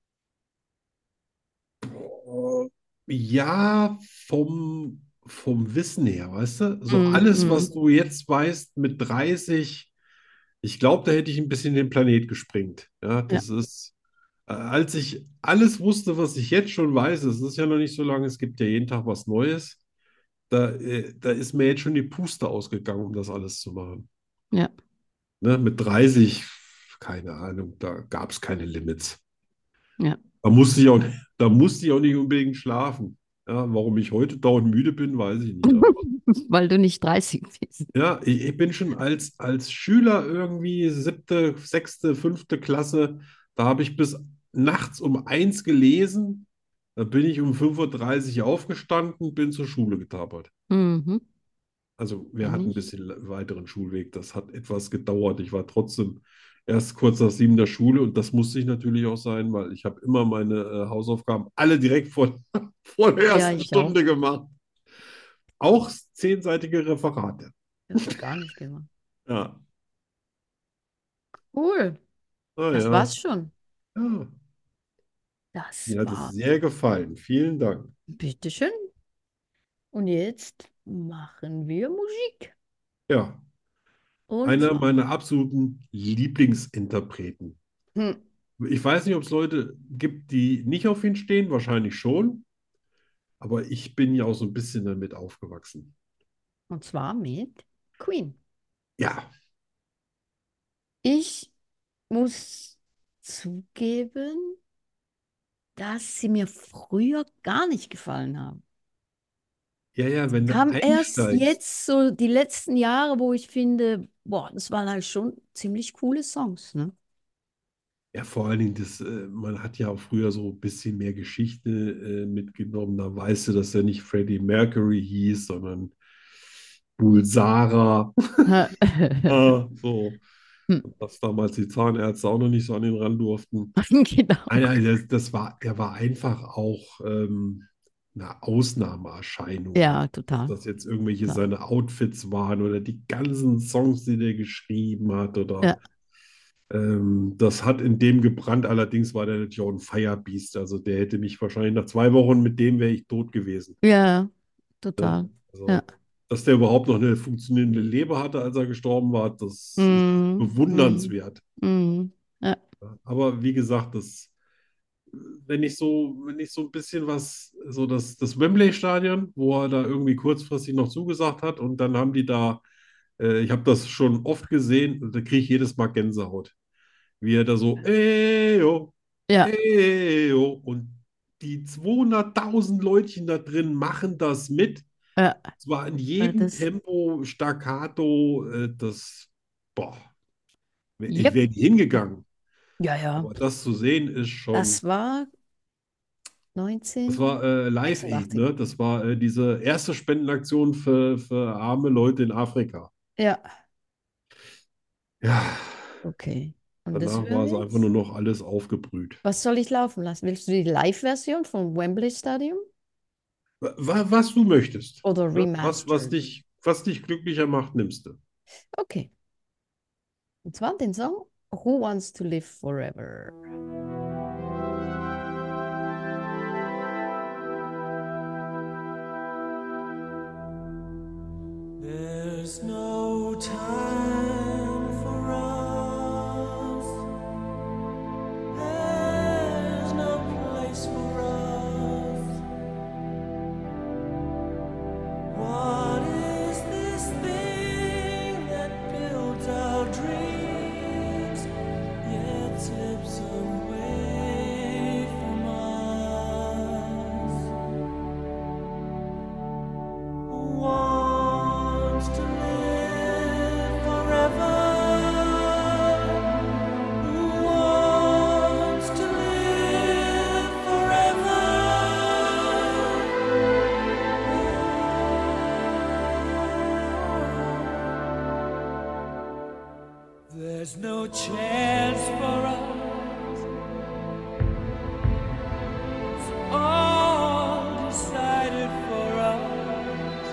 Ja, vom Wissen her, weißt du? So Mm, alles, was mm. du jetzt weißt mit 30, ich glaube, da hätte ich ein bisschen den Planet gesprengt. Ja, Ja, das ist, als ich alles wusste, was ich jetzt schon weiß, es ist ja noch nicht so lange, es gibt ja jeden Tag was Neues, da ist mir jetzt schon die Puste ausgegangen, um das alles zu machen. ja, Ne? Mit 30, keine Ahnung, da gab es keine Limits. ja. Da musste ich auch nicht unbedingt schlafen. Ja, warum ich heute dauernd müde bin, weiß ich nicht. Aber Weil du nicht 30 bist. ja, ich bin schon als Schüler irgendwie siebte, sechste, fünfte Klasse, da habe ich bis nachts um 1 gelesen. Da bin ich um 5:30 Uhr aufgestanden, bin zur Schule getapert. Mhm. Also wir Kenn hatten ein ich. bisschen weiteren Schulweg. Das hat etwas gedauert. Ich war trotzdem erst kurz nach 7 in der Schule und das musste ich natürlich auch sein, weil ich habe immer meine Hausaufgaben alle direkt vor der Ja, ersten ich auch. Stunde gemacht. auch zehnseitige Referate. Das habe ich gar nicht gemacht. Ja, Cool. Das ja. war's schon. Ja. Das Mir hat es war, sehr gefallen. Vielen Dank. bitteschön. Und jetzt machen wir Musik. Ja, Und einer zwar, meiner absoluten Lieblingsinterpreten. hm, Ich weiß nicht, ob es Leute gibt, die nicht auf ihn stehen, wahrscheinlich schon, aber ich bin ja auch so ein bisschen damit aufgewachsen. und zwar mit Queen. Ja, Ich muss zugeben, dass sie mir früher gar nicht gefallen haben. ja, ja, wenn du Kam erst einsteigst. jetzt so die letzten Jahre, wo ich finde, boah, das waren halt schon ziemlich coole Songs, ne? Ja, vor allen Dingen, man hat ja auch früher so ein bisschen mehr Geschichte mitgenommen. Da weißt du, dass er nicht Freddie Mercury hieß, sondern Bulsara. So. Hm. Und dass damals die Zahnärzte auch noch nicht so an den ran durften. Genau. Nein, der war einfach auch eine Ausnahmeerscheinung. Ja, Ob total. das jetzt irgendwelche Total. seine Outfits waren oder die ganzen Songs, die der geschrieben hat oder Ja, das hat in dem gebrannt. Allerdings war der natürlich auch ein Firebeast. Also der hätte mich wahrscheinlich nach 2 Wochen mit dem wäre ich tot gewesen. ja, Ne? total. Ja. Also, dass der überhaupt noch eine funktionierende Leber hatte, als er gestorben war, das ist Mm, mm, bewundernswert. mm. Ja, Aber wie gesagt, wenn ich so ein bisschen was, so das Wembley-Stadion, wo er da irgendwie kurzfristig noch zugesagt hat und dann haben die da, ich habe das schon oft gesehen, da kriege ich jedes Mal Gänsehaut. Wie er da so, ja, und die 200.000 Leutchen da drin machen das mit. ja. Zwar in jedem Das, Tempo, staccato, boah, ich yep. wäre nie hingegangen. Ja, ja. Aber das zu sehen ist schon. Das war Das war Live Aid, 1986. ne? Das war diese erste Spendenaktion für arme Leute in Afrika. Ja, Ja, okay. Und das danach war hören es wir einfach nur jetzt? noch alles aufgebrüht. Was soll ich laufen lassen? Willst du die Live-Version vom Wembley Stadium Was du möchtest. oder Ne? remastered? Was dich glücklicher macht, nimmst du. Okay. Und zwar den Song Who Wants to Live Forever. There's no time for us. There's no place for us. What is this thing that builds our dreams yet tips away from us? Who wants to live forever? Who wants to live forever? There's no chance for us. It's all decided for us.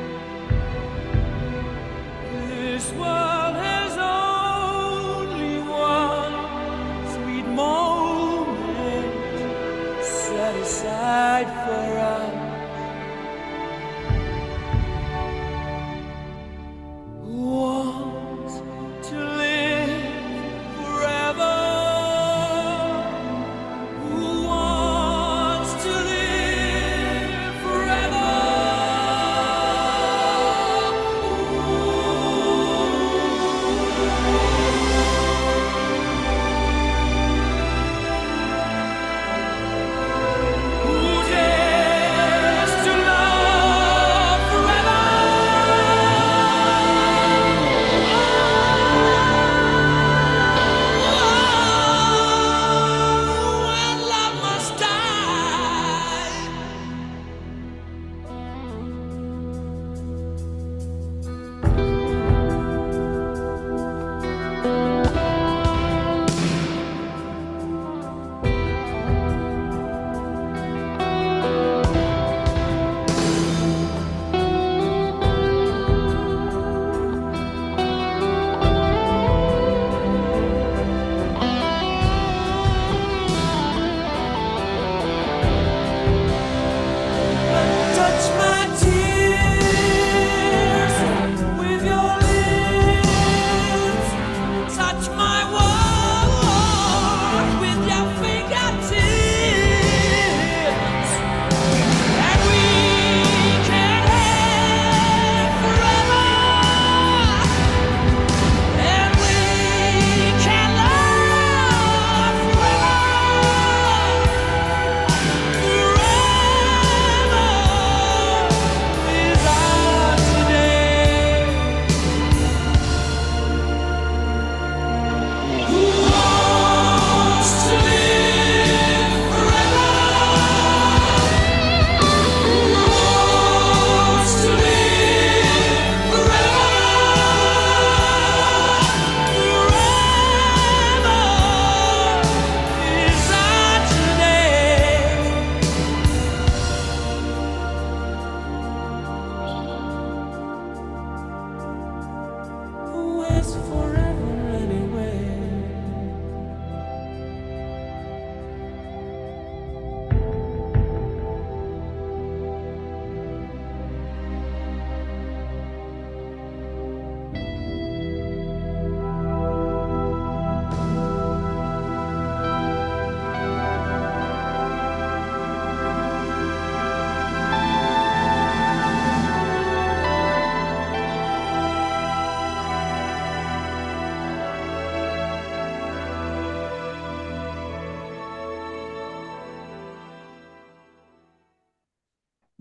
This world has only one sweet moment set aside for us. Who wants to live forever?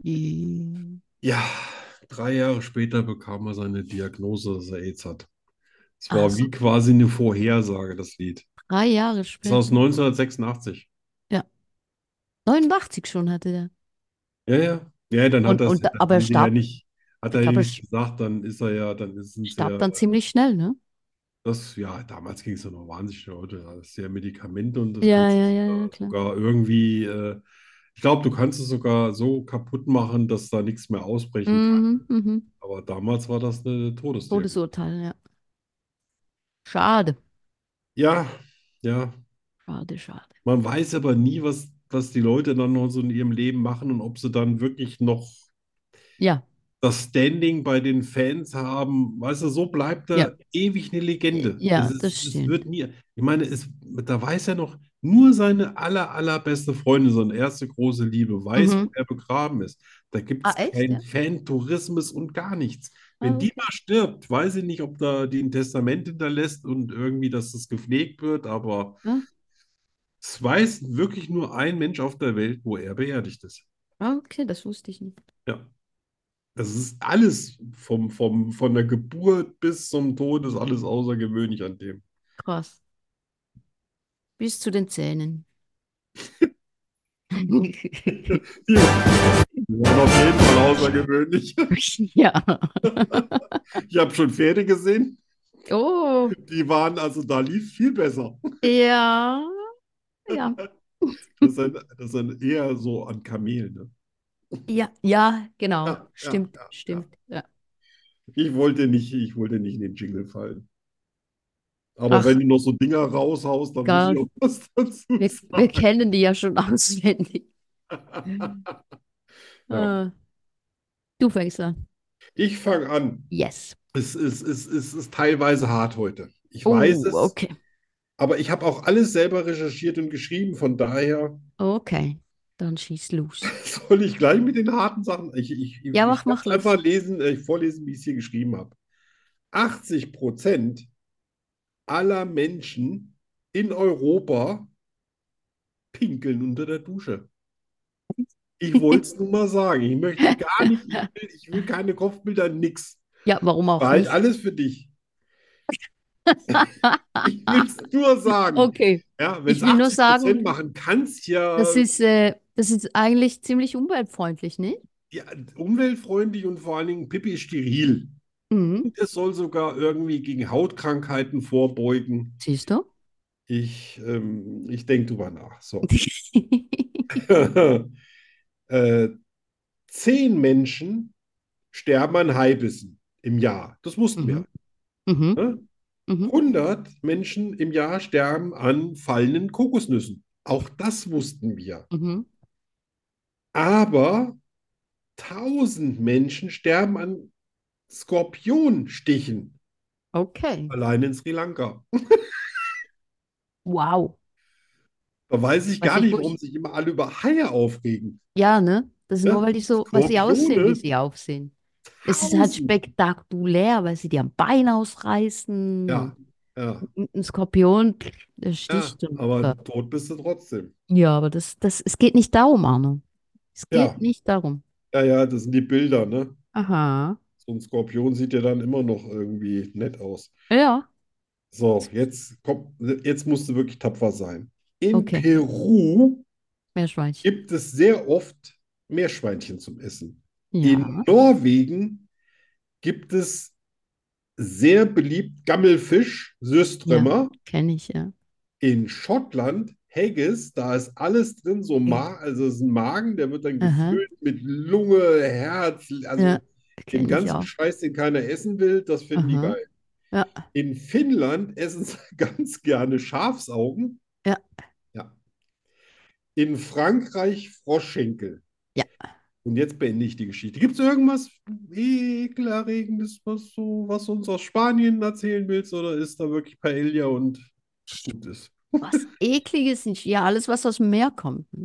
Hm. Ja, 3 Jahre später bekam er seine Diagnose, dass er AIDS hat. Es war Also wie quasi eine Vorhersage, das Lied. 3 Jahre Das ist aus später. 1986. Ja, 89 schon hatte der. Ja, ja. Ja, dann hat das, dann Aber er haben die ja starb, nicht, hat ich er ja glaube, nicht gesagt, dann ist er ja, sind sie starb ja, dann ziemlich schnell, ne? das, ja, damals ging es ja noch wahnsinnig schnell. Heute das ist ja Medikamente und das Ja, kannst du ja, ja, ja, klar. sogar irgendwie, ich glaube, du kannst es sogar so kaputt machen, dass da nichts mehr ausbrechen kann. Mhm, mhm. Aber damals war das eine Todesdiagnose. Todesurteil, ja. Schade. Ja, ja. Schade, schade. Man weiß aber nie, was die Leute dann noch so in ihrem Leben machen und ob sie dann wirklich noch Ja, das Standing bei den Fans haben. Weißt du, so bleibt ja, er ewig eine Legende. ja, das Es stimmt. wird nie, ich meine, da weiß er noch, nur seine allerbeste Freundin, seine erste große Liebe, weiß, wo Mhm. er begraben ist. Da gibt Ah, es echt, keinen ja? Fan-Tourismus und gar nichts. Ah, Wenn die okay. mal stirbt, weiß ich nicht, ob da die ein Testament hinterlässt und irgendwie, dass das gepflegt wird, aber Ja, es weiß wirklich nur ein Mensch auf der Welt, wo er beerdigt ist. ah, okay, das wusste ich nicht. Ja. Das ist alles von der Geburt bis zum Tod ist alles außergewöhnlich an dem. Krass. Bis zu den Zähnen. Die waren auf jeden Fall außergewöhnlich. Ja. Ich habe schon Pferde gesehen, Oh, die waren, also da lief viel besser. ja, ja. Das ist eher so an Kamelen. Ne? Ja, ja, genau. Ja, ja, Stimmt, ja, ja. stimmt. Ja. Ich wollte nicht in den Jingle fallen. Aber Ach, wenn du noch so Dinger raushaust, dann muss ich egal. auch was dazu Wir sagen. kennen die ja schon auswendig. Ja. Äh, du fängst an. Ich fange an. Yes. Es ist teilweise hart heute. Ich weiß Oh, es, okay. aber ich habe auch alles selber recherchiert und geschrieben. Von daher Okay. Dann schieß los. soll ich gleich mit den harten Sachen. Ich Ja, werde mach es einfach los. lesen, vorlesen, wie ich es hier geschrieben habe. 80% aller Menschen in Europa pinkeln unter der Dusche. Ich wollte es nur mal sagen. Ich möchte gar nicht, ich will keine Kopfbilder, nix. Ja, warum auch Behalt nicht? alles für dich. Ich will es nur sagen. Okay. Ja, wenn Ich es will nur 80% sagen, machen, kann es ja das ist eigentlich ziemlich umweltfreundlich, ne? ja, umweltfreundlich und vor allen Dingen Pipi steril. Mhm. Und es soll sogar irgendwie gegen Hautkrankheiten vorbeugen. Siehst du? Ich denke drüber nach. So. äh, 10 Menschen sterben an Haibissen im Jahr. Das wussten wir. Mhm. Mhm. Ne? Mhm. 100 Menschen im Jahr sterben an fallenden Kokosnüssen. Auch das wussten wir. Mhm. Aber 1000 Menschen sterben an Skorpionstichen. Okay. Allein in Sri Lanka. Wow. Da weiß ich Weiß gar nicht, nicht, wo warum ich. sich immer alle über Haie aufregen. Ja, ne? Das ist nur, Ja? weil sie aussehen, wie Skorpione, sie aussehen. Es ist halt 1000. spektakulär, weil sie dir am Bein ausreißen Ja, und ja, ein Skorpion, der ja. sticht und. Aber tot bist du trotzdem. Ja, aber es geht nicht darum, Arno. Es geht Ja, nicht darum. ja, ja, das sind die Bilder, ne? Aha. So ein Skorpion sieht ja dann immer noch irgendwie nett aus. Ja. So, jetzt musst du wirklich tapfer sein. In Okay. Peru Meerschweinchen. gibt es sehr oft Meerschweinchen zum Essen. In Ja. Norwegen gibt es sehr beliebt Gammelfisch, Ja. Surströmmer. Kenne ich, ja. In Schottland Haggis, da ist alles drin, also es ist ein Magen, der wird dann Aha. gefüllt mit Lunge, Herz, Ja. also den Kenne ich ganzen auch. Scheiß, den keiner essen will, das finden die Aha. geil. Ja. In Finnland essen sie ganz gerne Schafsaugen. Ja. Ja. In Frankreich Froschschenkel. Ja. Und jetzt beende ich die Geschichte. Gibt es irgendwas Ekelerregendes, was du uns aus Spanien erzählen willst, oder ist da wirklich Paella und gut ist? Was Ekliges nicht. Ja, alles, was aus dem Meer kommt. Ne?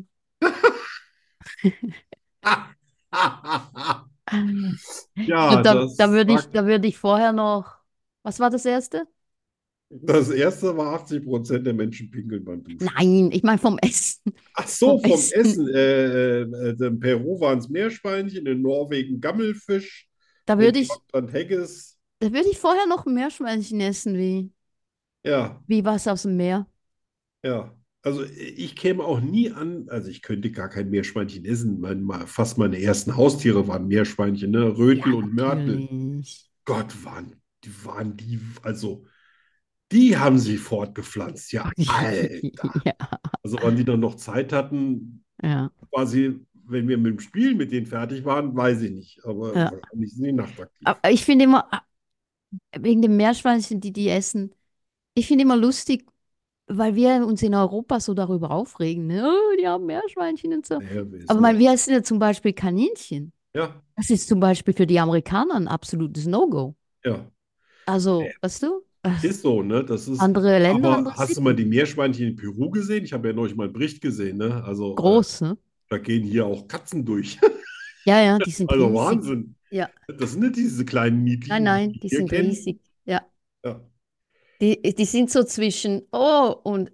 Also Ja, das da würde ich vorher noch. Was war das erste? Das erste war 80% der Menschen pinkeln beim Duschen. Nein, ich meine vom Essen. Ach Vom so, vom Essen. Essen. In Peru waren es Meerschweinchen, in Norwegen Gammelfisch, Da in würde ich, Schottland Haggis. da würde ich vorher noch Meerschweinchen essen, Ja, wie was aus dem Meer. ja. Also ich käme auch nie an, also ich könnte gar kein Meerschweinchen essen. Fast meine ersten Haustiere waren Meerschweinchen, ne? Ja, Rötel und Mörtel. natürlich. Gott, waren die, also die haben sich fortgepflanzt. Ja, Alter. Ja, Also wann die dann noch Zeit hatten, ja, quasi, wenn wir mit dem Spiel mit denen fertig waren, weiß ich nicht. Aber ja. wahrscheinlich sind die nachtaktiv. Aber ich finde immer, wegen dem Meerschweinchen, die die essen, ich finde immer lustig, weil wir uns in Europa so darüber aufregen, ne? Oh, die haben Meerschweinchen und so. Naja, wir Aber essen man, auch. wir essen ja zum Beispiel Kaninchen. Ja, Das ist zum Beispiel für die Amerikaner ein absolutes No-Go. ja. Also, weißt du, Ist so, ne? Das ist. andere Länder, Aber andere hast du mal Sitten. die Meerschweinchen in Peru gesehen? Ich habe ja neulich mal einen Bericht gesehen, ne? Also, Groß, ne? da gehen hier auch Katzen durch. Ja, ja, die sind Also riesig. Wahnsinn. Ja, Das sind nicht diese kleinen nein, Niedlichen, die nein, wir die hier sind kennen. riesig. Ja, Ja. die sind so zwischen oh und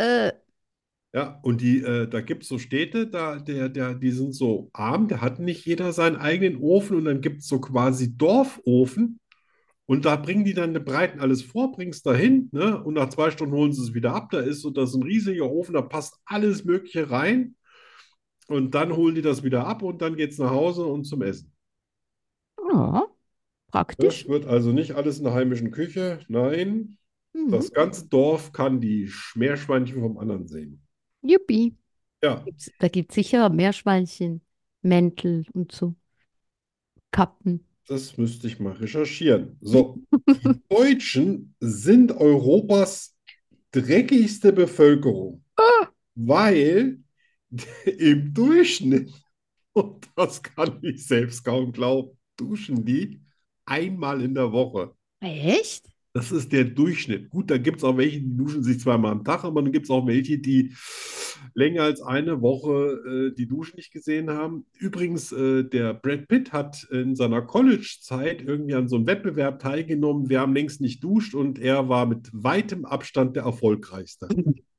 Ja, und da gibt es so Städte, die sind so arm, da hat nicht jeder seinen eigenen Ofen und dann gibt es so quasi Dorfofen und da bringen die dann, bereiten alles vor, bringen es dahin, ne? Und nach 2 Stunden holen sie es wieder ab. Da ist so, das ist ein riesiger Ofen, da passt alles Mögliche rein und dann holen die das wieder ab und dann geht es nach Hause und zum Essen. ja, Das praktisch. wird also nicht alles in der heimischen Küche, nein, Mhm. das ganze Dorf kann die Meerschweinchen vom anderen sehen. Juppie. Ja. Da gibt es sicher Meerschweinchen, Mäntel und so, Kappen. Das müsste ich mal recherchieren. So, die Deutschen sind Europas dreckigste Bevölkerung, weil im Durchschnitt, und das kann ich selbst kaum glauben, duschen die einmal in der Woche. Echt? Das ist der Durchschnitt. Gut, da gibt es auch welche, die duschen sich zweimal am Tag, aber dann gibt es auch welche, die länger als eine Woche die Duschen nicht gesehen haben. Übrigens, der Brad Pitt hat in seiner College-Zeit irgendwie an so einem Wettbewerb teilgenommen, wer am längsten nicht duscht, und er war mit weitem Abstand der erfolgreichste.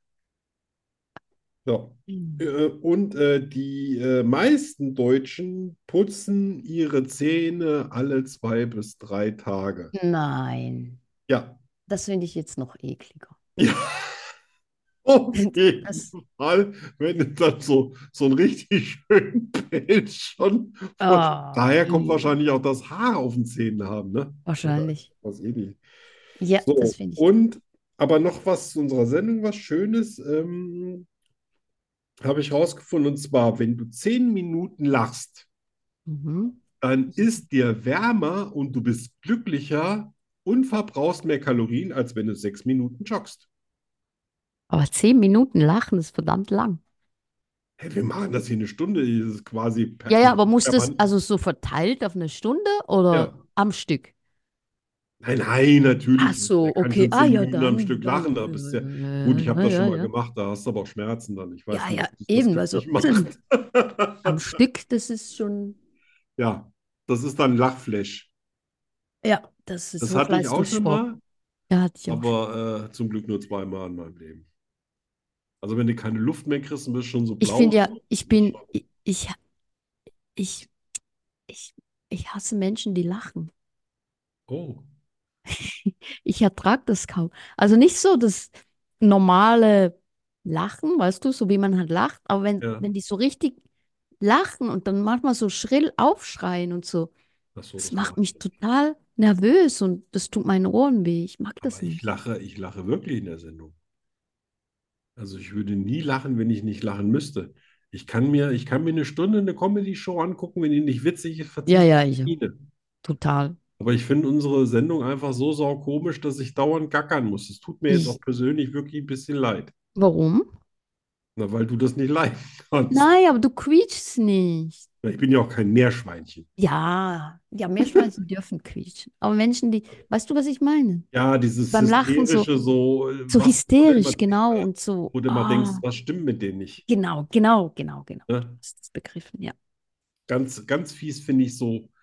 Ja. Die meisten Deutschen putzen ihre Zähne alle 2 bis 3 Tage. Nein, Ja. das finde ich jetzt noch ekliger. Ja. Auf jeden Das, Fall, wenn du dann so einen richtig schönen Pelz schon von. oh, Daher kommt wahrscheinlich auch das Haar auf den Zähnen haben, ne? Oder wahrscheinlich. was ähnlich. Ja, das So, finde ich. und aber noch was zu unserer Sendung, was Schönes, habe ich rausgefunden. Und zwar, wenn du 10 Minuten lachst, Mhm. dann ist dir wärmer und du bist glücklicher und verbrauchst mehr Kalorien, als wenn du 6 Minuten joggst. Aber 10 Minuten lachen ist verdammt lang. Hey, wir machen das hier eine Stunde, das ist quasi Ja, ja, aber muss das permanent. also so verteilt auf eine Stunde Ja. oder am Stück? Nein, nein, Ach natürlich nicht. so, Wer kann okay. schon Ah zehn ja, Minuten am Stück lachen? Da bist du ja. Gut, ich habe ja, das schon ja, mal ja. gemacht, da hast du aber auch Schmerzen dann. Ich weiß Ja, nicht, ja, ob das eben. Also glücklich macht. am Stück, das ist schon, Ja, das ist dann Lachflash. ja, das ist Das hatte ich auch schon Hochleistungssport. mal, Ja, hatte ich auch schon. aber zum Glück nur zweimal in meinem Leben. Also wenn du keine Luft mehr kriegst und bist schon so Ich blau, finde ja, das ist schon. ich, ich, ich hasse Menschen, die lachen. Oh, Ich ertrage das kaum. Also nicht so das normale Lachen, weißt du, so wie man halt lacht, aber ja. wenn die so richtig lachen und dann manchmal so schrill aufschreien und so, Ach so, das das macht mache ich mich nicht. total nervös und das tut meinen Ohren weh. Ich mag das Aber nicht. ich lache wirklich in der Sendung. Also ich würde nie lachen, wenn ich nicht lachen müsste. Ich kann mir eine Stunde eine Comedy-Show angucken, wenn die nicht witzig ist, Ja, verzichte ja, ich auf ich Miene. total. Aber ich finde unsere Sendung einfach so saukomisch, dass ich dauernd gackern muss. Es tut mir jetzt auch Ich, persönlich wirklich ein bisschen leid. warum? Na, weil du das nicht leiden kannst. Nein, aber du quietschst nicht. Na, ich bin ja auch kein Meerschweinchen. Ja, ja, Meerschweinchen dürfen quietschen. Aber Menschen, die, weißt du, was ich meine? Ja, dieses Beim Lachen so, hysterische, so, so was, hysterisch, genau, und so, wo du immer denkst, ah, was stimmt mit denen nicht? genau. Du Ne? hast es begriffen, ja. Ganz, ganz fies finde ich so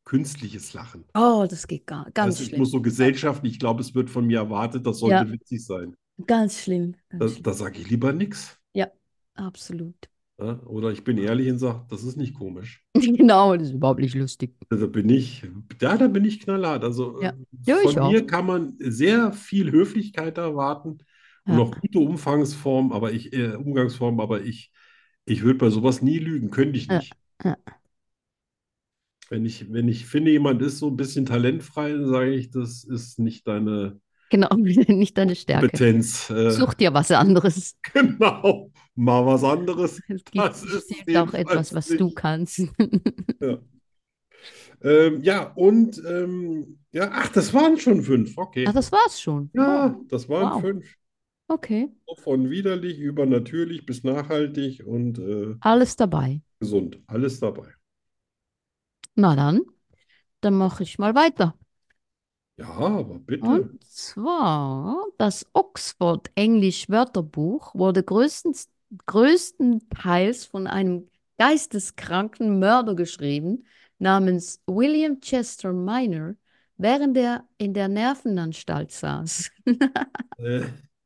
künstliches Lachen. Oh, das geht Weißt ganz du, ich muss schlimm. so gesellschaftlich, ich glaube, es wird von mir erwartet, das Ja, sollte witzig sein. ganz schlimm. Da, Ganz schlimm. da sage ich lieber nichts. Ja, absolut. Ja? Oder ich bin ehrlich und sage, das ist nicht komisch. Genau, das ist überhaupt nicht lustig. Da bin ich, da bin ich knallhart. Also Ja, ja, ich von auch. mir kann man sehr viel Höflichkeit erwarten und Ja, auch gute Umgangsformen, aber ich würde bei sowas nie lügen, könnte ich ja, nicht. ja. Wenn ich finde, jemand ist so ein bisschen talentfrei, dann sage ich, das ist nicht deine Genau, nicht deine Stärke. Kompetenz. Such dir was anderes. Genau, mal was anderes. Es gibt Das ist es bestimmt auch etwas, jedenfalls was du nicht. kannst. Ja, ja und ja, ach, das waren schon 5. Ach, Okay. das war's schon. Oh, Ja, das waren wow. 5. Okay. Von widerlich über natürlich bis nachhaltig und Alles dabei. gesund. Alles dabei. Na dann mache ich mal weiter. Ja, aber Und bitte. zwar, das Oxford Englisch Wörterbuch wurde größtenteils von einem geisteskranken Mörder geschrieben, namens William Chester Minor, während er in der Nervenanstalt saß. Äh,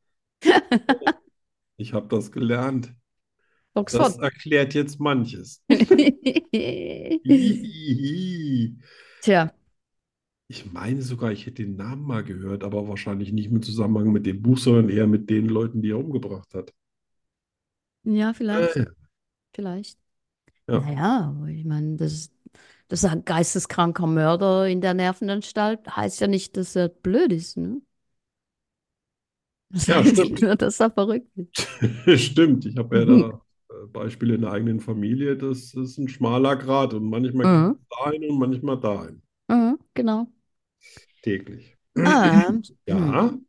ich habe das gelernt. Das Oxford. erklärt jetzt manches. Hihihi. Tja, Ich meine sogar, ich hätte den Namen mal gehört, aber wahrscheinlich nicht im Zusammenhang mit dem Buch, sondern eher mit den Leuten, die er umgebracht hat. ja, vielleicht, Äh, vielleicht. ja, Naja, aber ich meine, das ist ein geisteskranker Mörder in der Nervenanstalt, heißt ja nicht, dass er blöd ist, ne? Das ja, heißt stimmt. nur, dass er verrückt ist. Stimmt. Ich habe ja da Beispiele in der eigenen Familie. Das ist ein schmaler Grat und manchmal kippt Mhm. es dahin und manchmal dahin. Mhm, genau. Täglich. Ähm, hm. Ja,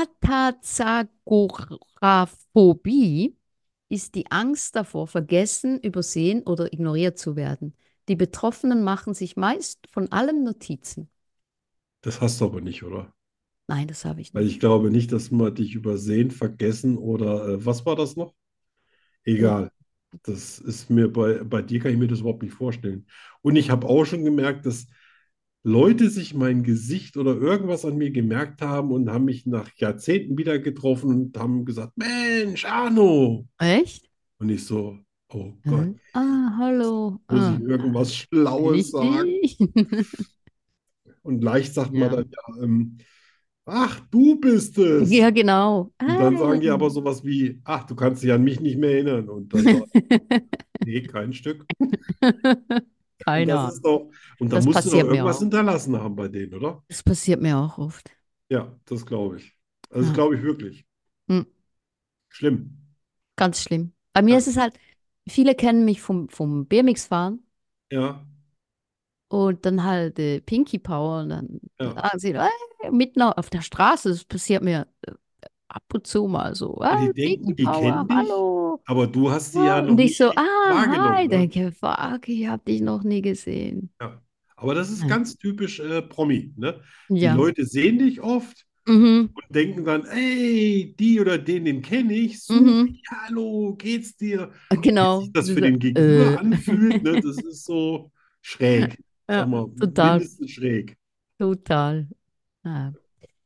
Atazagoraphobie ist die Angst davor, vergessen, übersehen oder ignoriert zu werden. Die Betroffenen machen sich meist von allem Notizen. das hast du aber nicht, oder? Nein, das habe ich Weil ich nicht. glaube nicht, dass man dich übersehen, vergessen oder was war das noch? Äh, Egal. Das ist mir bei dir kann ich mir das überhaupt nicht vorstellen. Und ich habe auch schon gemerkt, dass Leute sich mein Gesicht oder irgendwas an mir gemerkt haben und haben mich nach Jahrzehnten wieder getroffen und haben gesagt, Mensch, Arno. Echt? Und ich so, oh Gott, Ah, hallo. muss ich Ah, irgendwas bin Schlaues ich sagen? dich? Und leicht sagt man Ja. dann, ja, ach, du bist es. Ja, genau. Und dann Ah. sagen die aber sowas wie, ach, du kannst dich an mich nicht mehr erinnern. Und dann sage ich, nee, kein Stück. Und Keine das ist Ahnung. doch, und da Das musst du doch passiert mir irgendwas auch. hinterlassen haben bei denen, oder? Das passiert mir auch oft. Ja, das glaube ich. Also das Ja. glaube ich wirklich. Hm, Schlimm. ganz schlimm. Bei mir Ja, ist es halt, viele kennen mich vom BMX-Fahren ja, und dann halt Pinky Power und dann ja. sagen sie, mitten auf der Straße, das passiert mir ab und zu mal so, Ja, die Pinky denken, die Power, kennen dich, hallo. aber du hast sie ja Ja, noch und nie ich so, richtig hi, wahrgenommen, ne? denke, fuck, ich habe dich noch nie gesehen. Ja. Aber das ist Ja. ganz typisch Promi, ne? Die Ja. Leute sehen dich oft Mhm. und denken dann, ey, die oder den kenne ich, Mhm. supi, hallo, geht's dir? Wie sich Genau. das für So, den Gegenüber anfühlt, ne? Das ist so schräg. Sag ja, mal, total, mindestens schräg. total. Ja.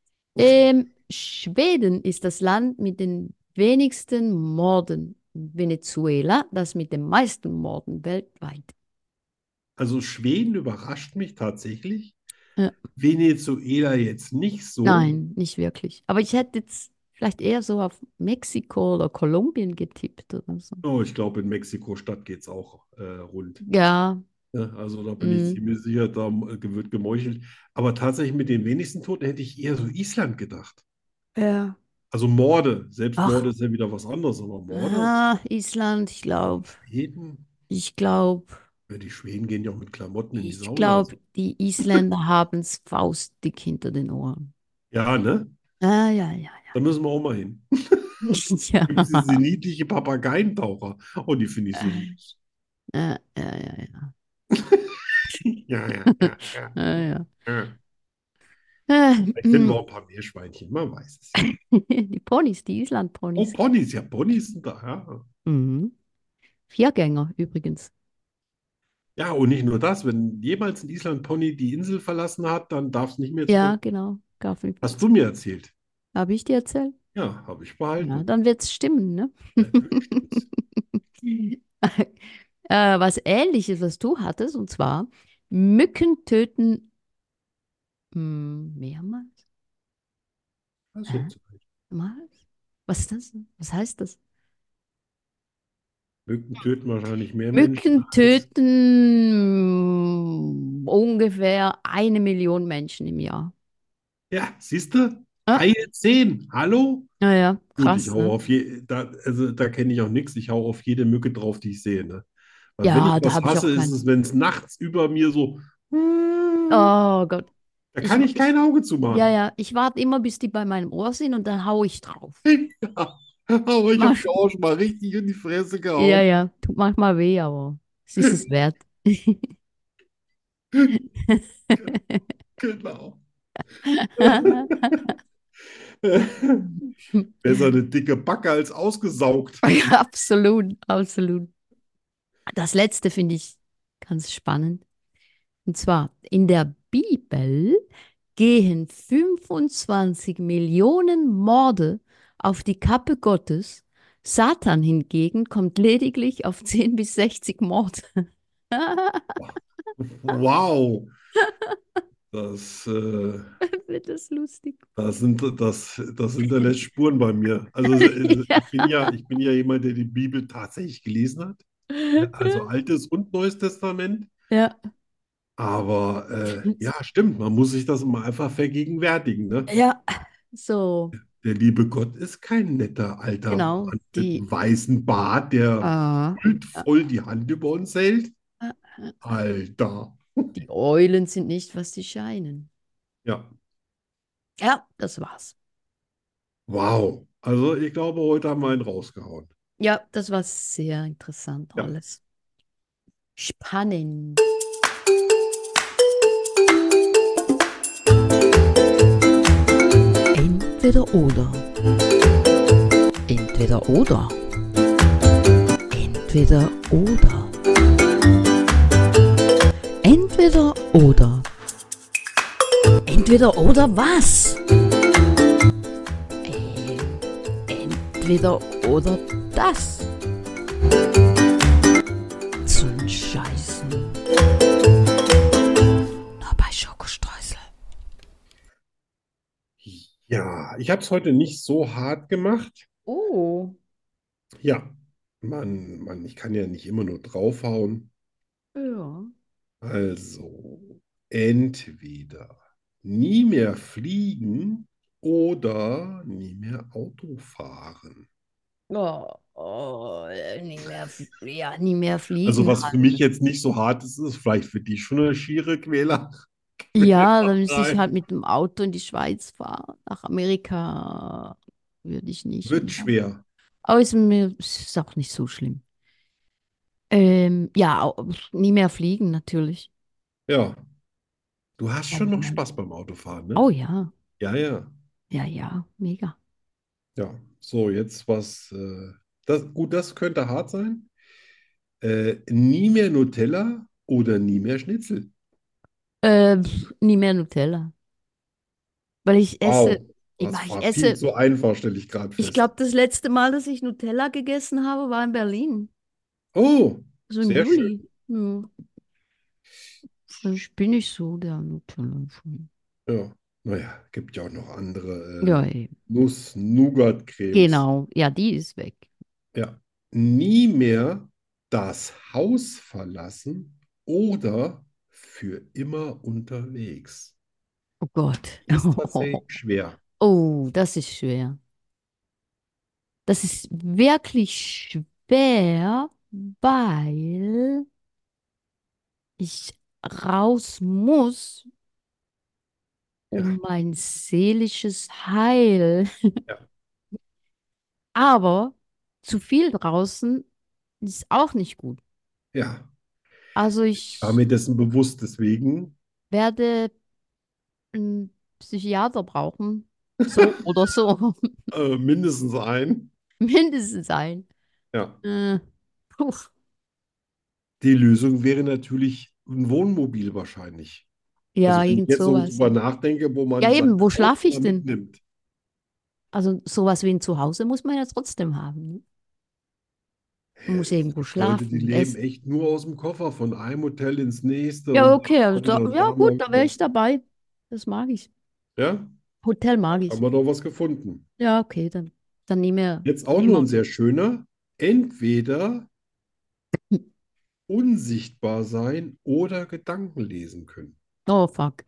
Schweden ist das Land mit den wenigsten Morden. Venezuela, das mit den meisten Morden weltweit. Also Schweden überrascht mich tatsächlich. Ja. Venezuela jetzt nicht so. Nein, nicht wirklich. Aber ich hätte jetzt vielleicht eher so auf Mexiko oder Kolumbien getippt oder so. Oh, ich glaube, in Mexiko-Stadt geht es auch rund. Ja, Ja, also da bin ich mm, ziemlich sicher, da wird gemeuchelt. Aber tatsächlich mit den wenigsten Toten hätte ich eher so Island gedacht. ja. Also Morde. Ach, Selbstmorde ist ja wieder was anderes, aber Morde? Island, Schweden? ich glaube, Ja, die Schweden gehen ja auch mit Klamotten in die ich Sauna. glaube, die Isländer haben es faustdick hinter den Ohren. Ja, ne? Ah, ja, ja, Da müssen wir auch mal hin. ja. Gibt es diese niedliche Papageientaucher? Oh, die finde ich so Ja, süß. ja, ja, ja. Ja, ja, ja, ja, Ja, ja. ja. Äh, Vielleicht finden wir mm. auch ein paar Meerschweinchen, man weiß es ja. Die Ponys, die Oh, Island-Ponys. Ponys, ja, Ponys sind da, ja. Mhm. Viergänger übrigens. Ja, und nicht nur das, wenn jemals ein Island-Pony die Insel verlassen hat, dann darf es nicht mehr Ja, zurück. genau. Hast du mir erzählt? Habe ich dir erzählt? Ja, habe ich Ja, behalten. dann wird es stimmen, ne? Natürlich stimmt's. Was Ähnliches, was du hattest, und zwar Mücken töten mehrmals? Also, Hä? Mehrmals? Was ist das? Was heißt das? Mücken töten wahrscheinlich mehr Menschen Mücken als. töten ungefähr 1 Million Menschen im Jahr. Ja, siehst du? Ja, Teil 10. Hallo? naja, Gut, ich krass, hau ne? auf da kenne ich auch nichts. Ich hau auf jede Mücke drauf, die ich sehe, ne? Weil wenn ich Ja, da was habe ich auch hasse, ist keinen. es, wenn es nachts über mir so, Oh Gott. da Ich, kann ich kein Auge ja, zumachen. ja, ich warte immer, bis die bei meinem Ohr sind und dann hau ich drauf. Ja, aber ich habe Mach, dir auch schon mal richtig in die Fresse ja, gehauen. ja, tut manchmal weh, aber es ist es wert. Genau. Besser eine dicke Backe als ausgesaugt. Ja, absolut, absolut. Das letzte finde ich ganz spannend. Und zwar, in der Bibel gehen 25 Millionen Morde auf die Kappe Gottes. Satan hingegen kommt lediglich auf 10 bis 60 Morde. Wow, das, äh, Wird das lustig? das hinterlässt Spuren bei mir. Also Ja. ich bin ja jemand, der die Bibel tatsächlich gelesen hat. Also Altes und Neues Testament. Ja. Aber ja, stimmt, man muss sich das mal einfach vergegenwärtigen, ne? Ja, so, Der liebe Gott ist kein netter alter genau. Mann mit einem weißen Bart, der Äh, huldvoll die Hand über uns hält. Alter. die Eulen sind nicht, was sie scheinen. Ja, Ja, das war's. wow. Also ich glaube, heute haben wir einen rausgehauen. Ja, das war sehr interessant Ja. alles. Spannend. Entweder oder. Entweder oder. Entweder oder. Entweder oder. Entweder oder was? Entweder oder das. Zum Scheißen. Nur bei Schokostreusel. Ja, ich habe es heute nicht so hart gemacht. Oh. Ja, ich kann ja nicht immer nur draufhauen. Ja. Also, entweder nie mehr fliegen oder nie mehr Auto fahren. Nie mehr, ja, nie mehr Also, fliegen was für halt. mich jetzt nicht so hart ist, ist vielleicht für die schon eine schiere Ja, dann müsste ich Quälerei. halt mit dem Auto in die Schweiz fahren. Nach Amerika würde ich nicht Wird mehr. schwer. Aber ist auch nicht so schlimm. Ja, nie mehr fliegen natürlich. Ja, du hast Aber schon noch nein. Spaß beim Autofahren, ne? Oh ja, Ja, ja. ja, ja, mega. Ja, so, jetzt was. Gut, das könnte hart sein. Nie mehr Nutella oder nie mehr Schnitzel. Nie mehr Nutella. Weil ich esse, Wow, ich, das ich war viel esse, zu einfach, stelle ich gerade ich fest. glaube, das letzte Mal, dass ich Nutella gegessen habe, war in Berlin. Oh, So im sehr schön. Juli. Ja. Ich bin nicht so der Nutella-Fan. Ja, naja, gibt ja auch noch andere Ja, eben. Nuss-Nougat-Cremes. Genau. Ja, die ist weg. Ja, nie mehr das Haus verlassen oder für immer unterwegs. Oh Gott. Die ist tatsächlich schwer. Oh, das ist schwer. Das ist wirklich schwer, weil ich raus muss, Ja, um mein seelisches Heil. ja, Aber zu viel draußen ist auch nicht gut. ja. Also Ich war ich mir dessen bewusst, deswegen werde einen Psychiater brauchen. So oder so. mindestens ein. Mindestens ein. Ja. Puh. Die Lösung wäre natürlich ein Wohnmobil wahrscheinlich. Also Ja, wenn ich irgend jetzt so sowas. drüber nachdenke, wo Ja, man sein eben, wo Auto schlafe ich mal denn? mitnimmt. Also sowas wie ein Zuhause muss man ja trotzdem haben. Ne? Man muss Es irgendwo gibt Leute, die schlafen, leben essen. echt nur aus dem Koffer, von einem Hotel ins nächste Ja, und okay, also da wieder und ja da gut, mal da wäre wieder. ich dabei. Das mag ich. Ja, Hotel mag haben ich. wir doch was gefunden. Ja, okay, dann Jetzt auch nehmen nur wir. ein sehr schöner. Entweder unsichtbar sein oder Gedanken lesen können. Oh, fuck.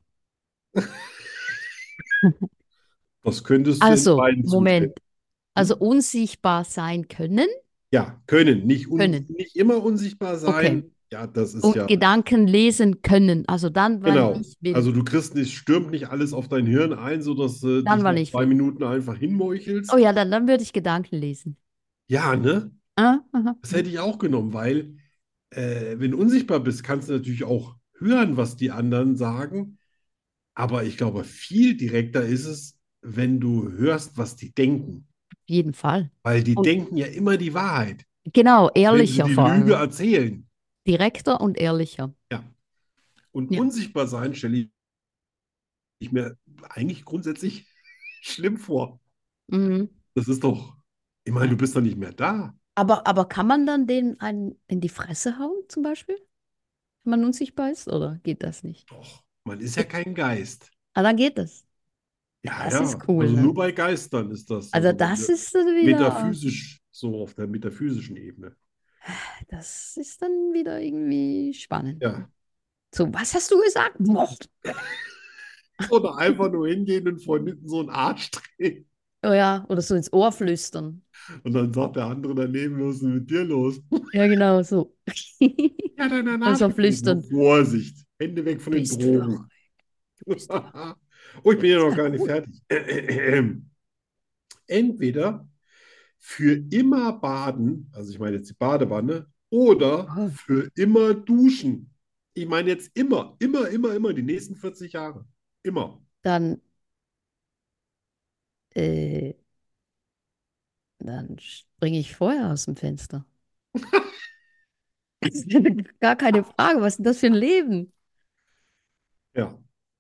Was könntest du in Also, beiden zutreffen? Moment. Also Hm? unsichtbar sein können? Ja, können. Können. Nicht immer unsichtbar Okay. sein. Ja, das ist Und ja Gedanken lesen können. Also dann, wann genau. ich will. Also du kriegst nicht, stürmt nicht alles auf dein Hirn ein, sodass du Dann, dich wann nach ich zwei will. Minuten einfach Oh hinmeuchelst. ja, dann würde ich Gedanken lesen. Ja, ne? Ah, aha. Das hätte ich auch genommen, weil wenn du unsichtbar bist, kannst du natürlich auch hören, was die anderen sagen. Aber ich glaube, viel direkter ist es, wenn du hörst, was die denken. Auf jeden Fall. Weil die Und denken ja immer die Wahrheit, genau, auch wenn sie ehrlicher die vor Lüge allem. erzählen. Direkter und ehrlicher. Ja. Und Ja. unsichtbar sein stelle ich mir eigentlich grundsätzlich schlimm vor. Mhm. Das ist doch, ich meine, du bist doch nicht mehr da. Aber kann man dann den einen in die Fresse hauen, zum Beispiel? Wenn man unsichtbar ist, oder geht das nicht? Doch, man ist ja kein Geist. Ah, dann geht das. Ja, Ja, das ist ja, cool, also ne? nur bei Geistern ist das, Also also das ist dann wieder, metaphysisch, so auf der metaphysischen Ebene. das ist dann wieder irgendwie spannend. Ja. So, was hast du gesagt? Boah. Oder einfach nur hingehen und von hinten so einen Arsch drehen. Oh ja, oder so ins Ohr flüstern. Und dann sagt der andere daneben, was ist denn mit dir los? Ja, genau so. Ja, deinen Arsch Also getreten. Nur flüstern. Vorsicht. Hände weg von den Bist verrückt. Drogen. Du bist verrückt. Oh, ich bin ja Ist noch ja gar nicht cool. fertig. Entweder für immer baden, also ich meine jetzt die Badewanne, oder Oh, für immer duschen. Ich meine jetzt immer, die nächsten 40 Jahre. Immer. dann, äh, dann springe ich vorher aus dem Fenster. Das ist gar keine Frage. Was ist denn das für ein Leben? Ja.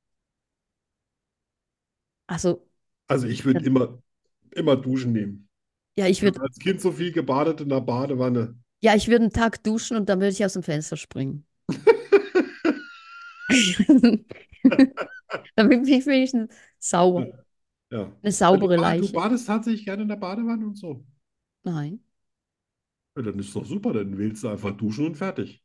Also, Also ich würde immer duschen nehmen. ja, ich Ich habe würde als Kind so viel gebadet in der Badewanne. ja, ich würde einen Tag duschen und dann würde ich aus dem Fenster springen. Dann bin ich wenigstens sauber. Ja. Eine saubere Du Leiche. badest tatsächlich gerne in der Badewanne und so. Nein. Ja, dann ist doch super, dann wählst du einfach duschen und fertig.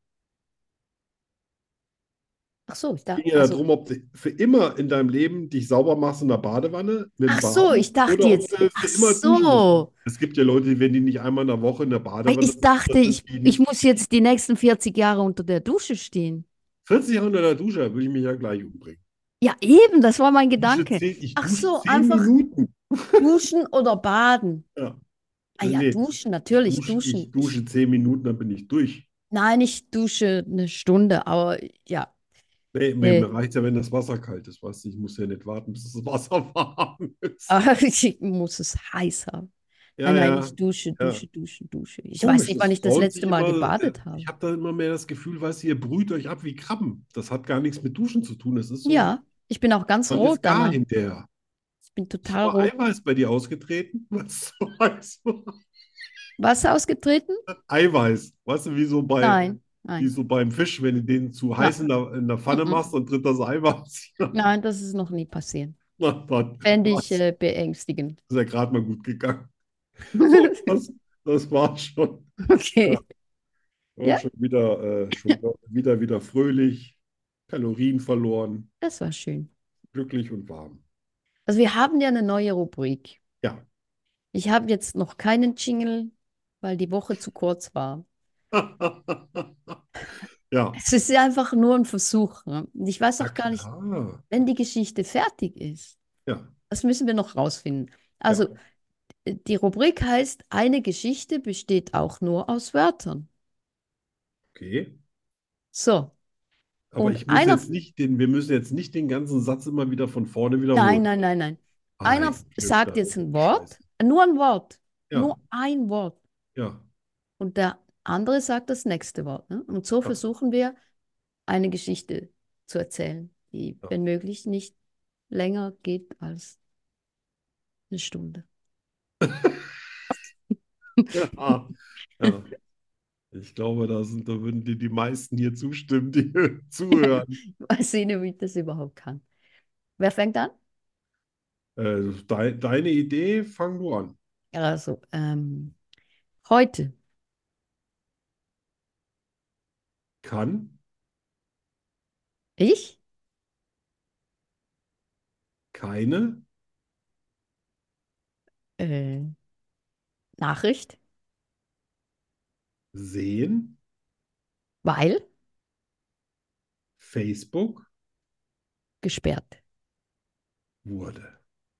Ach so, ich Es dachte, ging ja darum, ob du für immer in deinem Leben dich sauber machst in der Badewanne mit dem ach so, Baden ich dachte oder ob jetzt, du ach für immer duschen musst. so. Es gibt ja Leute, die, wenn die nicht einmal in der Woche in der Badewanne Ich sind, dachte, das sind die ich nicht muss jetzt die nächsten 40 Jahre unter der Dusche stehen. 40 Jahre unter der Dusche, da würde ich mich ja gleich umbringen. Ja, eben, das war mein Gedanke. Ich Ach dusche so, 10 einfach Minuten. duschen oder baden. Ja. Ah Nee, ja, nee. duschen, natürlich, Ich duschen. dusche 10 Minuten, dann bin ich durch. Nein, ich dusche eine Stunde, aber ja. Nee, Äh, mir reicht ja, wenn das Wasser kalt ist, weißt du, ich muss ja nicht warten, bis das Wasser warm ist. aber ich muss es heiß haben. Ja, Nein, nein, ja, ich dusche, ja. dusche, dusche, dusche. Ich weiß Komisch, nicht, wann dass ich das Frauen letzte sich Mal immer, gebadet habe. ich habe da immer mehr das Gefühl, weißt du, ihr brüht euch ab wie Krabben. Das hat gar nichts mit Duschen zu tun. Das ist so, Ja, ich bin auch ganz man rot ist gar danach. hinterher. Ich bin Ist total aber rot. Eiweiß bei dir ausgetreten? Was so heißt Wasser ausgetreten? Eiweiß, weißt du, Nein, wie nein. so beim Fisch, wenn du den zu heiß Na, in der Pfanne mm-mm. machst, dann tritt das Eiweiß. Nein, das ist noch nie passiert. Na, dann Fände ich was, beängstigend. ist ja gerade mal gut gegangen. So, das war schon. Ja, Okay. war Ja, schon wieder fröhlich, Kalorien verloren, das war schön. glücklich und warm. Also wir haben ja eine neue Rubrik. Ja. Ich habe jetzt noch keinen Jingle, weil die Woche zu kurz war. Ja, Es ist ja einfach nur ein Versuch. Ne? Und ich weiß na auch gar nicht, klar. wenn die Geschichte fertig ist. Ja, Das müssen wir noch rausfinden. ja, Also die Rubrik heißt, eine Geschichte besteht auch nur aus Wörtern. okay. So, Aber und einer, wir müssen jetzt nicht den ganzen Satz immer wieder von vorne nein, wiederholen. nein, nein, nein. Einer Ein Glück, sagt das jetzt ist ein ja scheiße. Wort, nur ein Wort, Ja, nur ein Wort. ja, Und der andere sagt das nächste Wort. Ne? Und so Ja, versuchen wir, eine Geschichte zu erzählen, die, ja. wenn möglich, nicht länger geht als eine Stunde. Ja, ja. Ich glaube, da würden dir die meisten hier zustimmen, die zuhören. Weiß ich nicht, wie ich das überhaupt kann. Wer fängt an? Deine Idee, fang du an. Also, heute, Kann, ich, keine, äh, Nachricht, sehen, weil, Facebook gesperrt. wurde.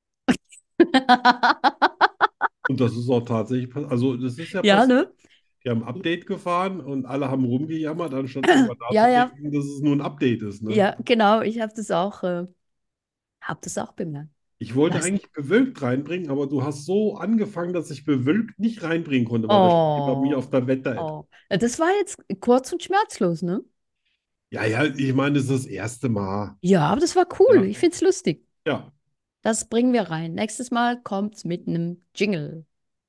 Und das ist auch tatsächlich, also das ist ja Ja, passiert. ne? Die haben ein Update gefahren und alle haben rumgejammert, anstatt darüber Ja, ja, nachzudenken, dass es nur ein Update ist, ne? ja, genau. Ich habe das auch bemerkt. Ich wollte Was? eigentlich bewölkt reinbringen, aber du hast so angefangen, dass ich bewölkt nicht reinbringen konnte, weil das steht bei mir Oh, auf der Wetter-App. oh. Das war jetzt kurz und schmerzlos, ne? Ja, ja, ich meine, das ist das erste Mal. Ja, aber das war cool. Ja, Ich find's lustig. ja. Das bringen wir rein. Nächstes Mal kommt's mit einem Jingle.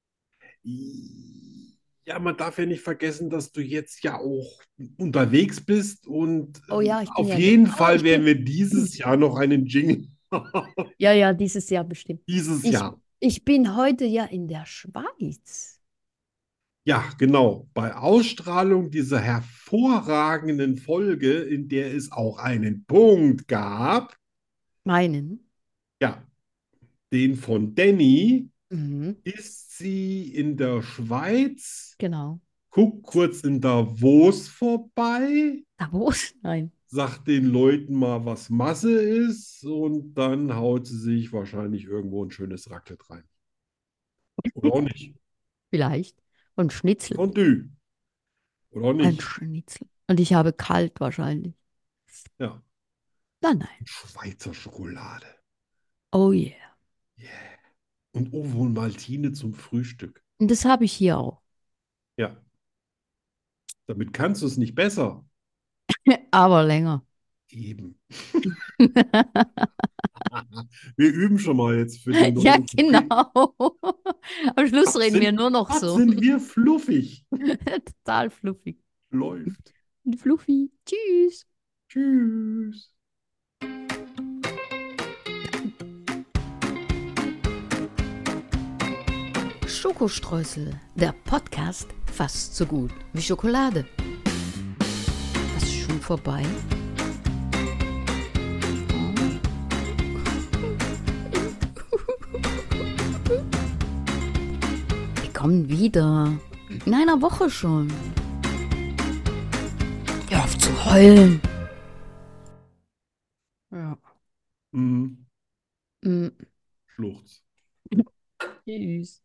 Ja, man darf ja nicht vergessen, dass du jetzt ja auch unterwegs bist und Oh ja, ich bin auf ja, jeden oh, Fall ich werden bin, wir dieses Jahr noch einen Jingle haben. ja, ja, dieses Jahr bestimmt. Dieses Ich, Jahr. ich bin heute ja in der Schweiz. Ja, genau. Bei Ausstrahlung dieser hervorragenden Folge, in der es auch einen Punkt gab, Meinen. ja, den von Danny, Mhm, ist sie in der Schweiz, genau. guckt kurz in Davos vorbei, Davos? Nein. sagt den Leuten mal, was Masse ist, und dann haut sie sich wahrscheinlich irgendwo ein schönes Raclette rein. Oder auch nicht. Vielleicht. Und Schnitzel. Fondue. Oder auch Ein nicht. Schnitzel. Und ich habe kalt wahrscheinlich. Ja. Nein, nein. Schweizer Schokolade. Oh yeah. Yeah. Und Ovo und Maltine zum Frühstück. Und das habe ich hier auch. Ja. Damit kannst du es nicht besser. Aber länger. Eben. Wir üben schon mal jetzt für die Ja, neuen. genau. Am Schluss Was reden wir sind, nur noch was so. sind wir fluffig? Total fluffig. Läuft. Fluffy. Tschüss. Tschüss. Schokostreusel, der Podcast fast so gut wie Schokolade. Was ist schon vorbei? Wir kommen wieder. In einer Woche schon. Hör auf zu heulen. Ja. Mhm. Mm. Schluchz. Tschüss.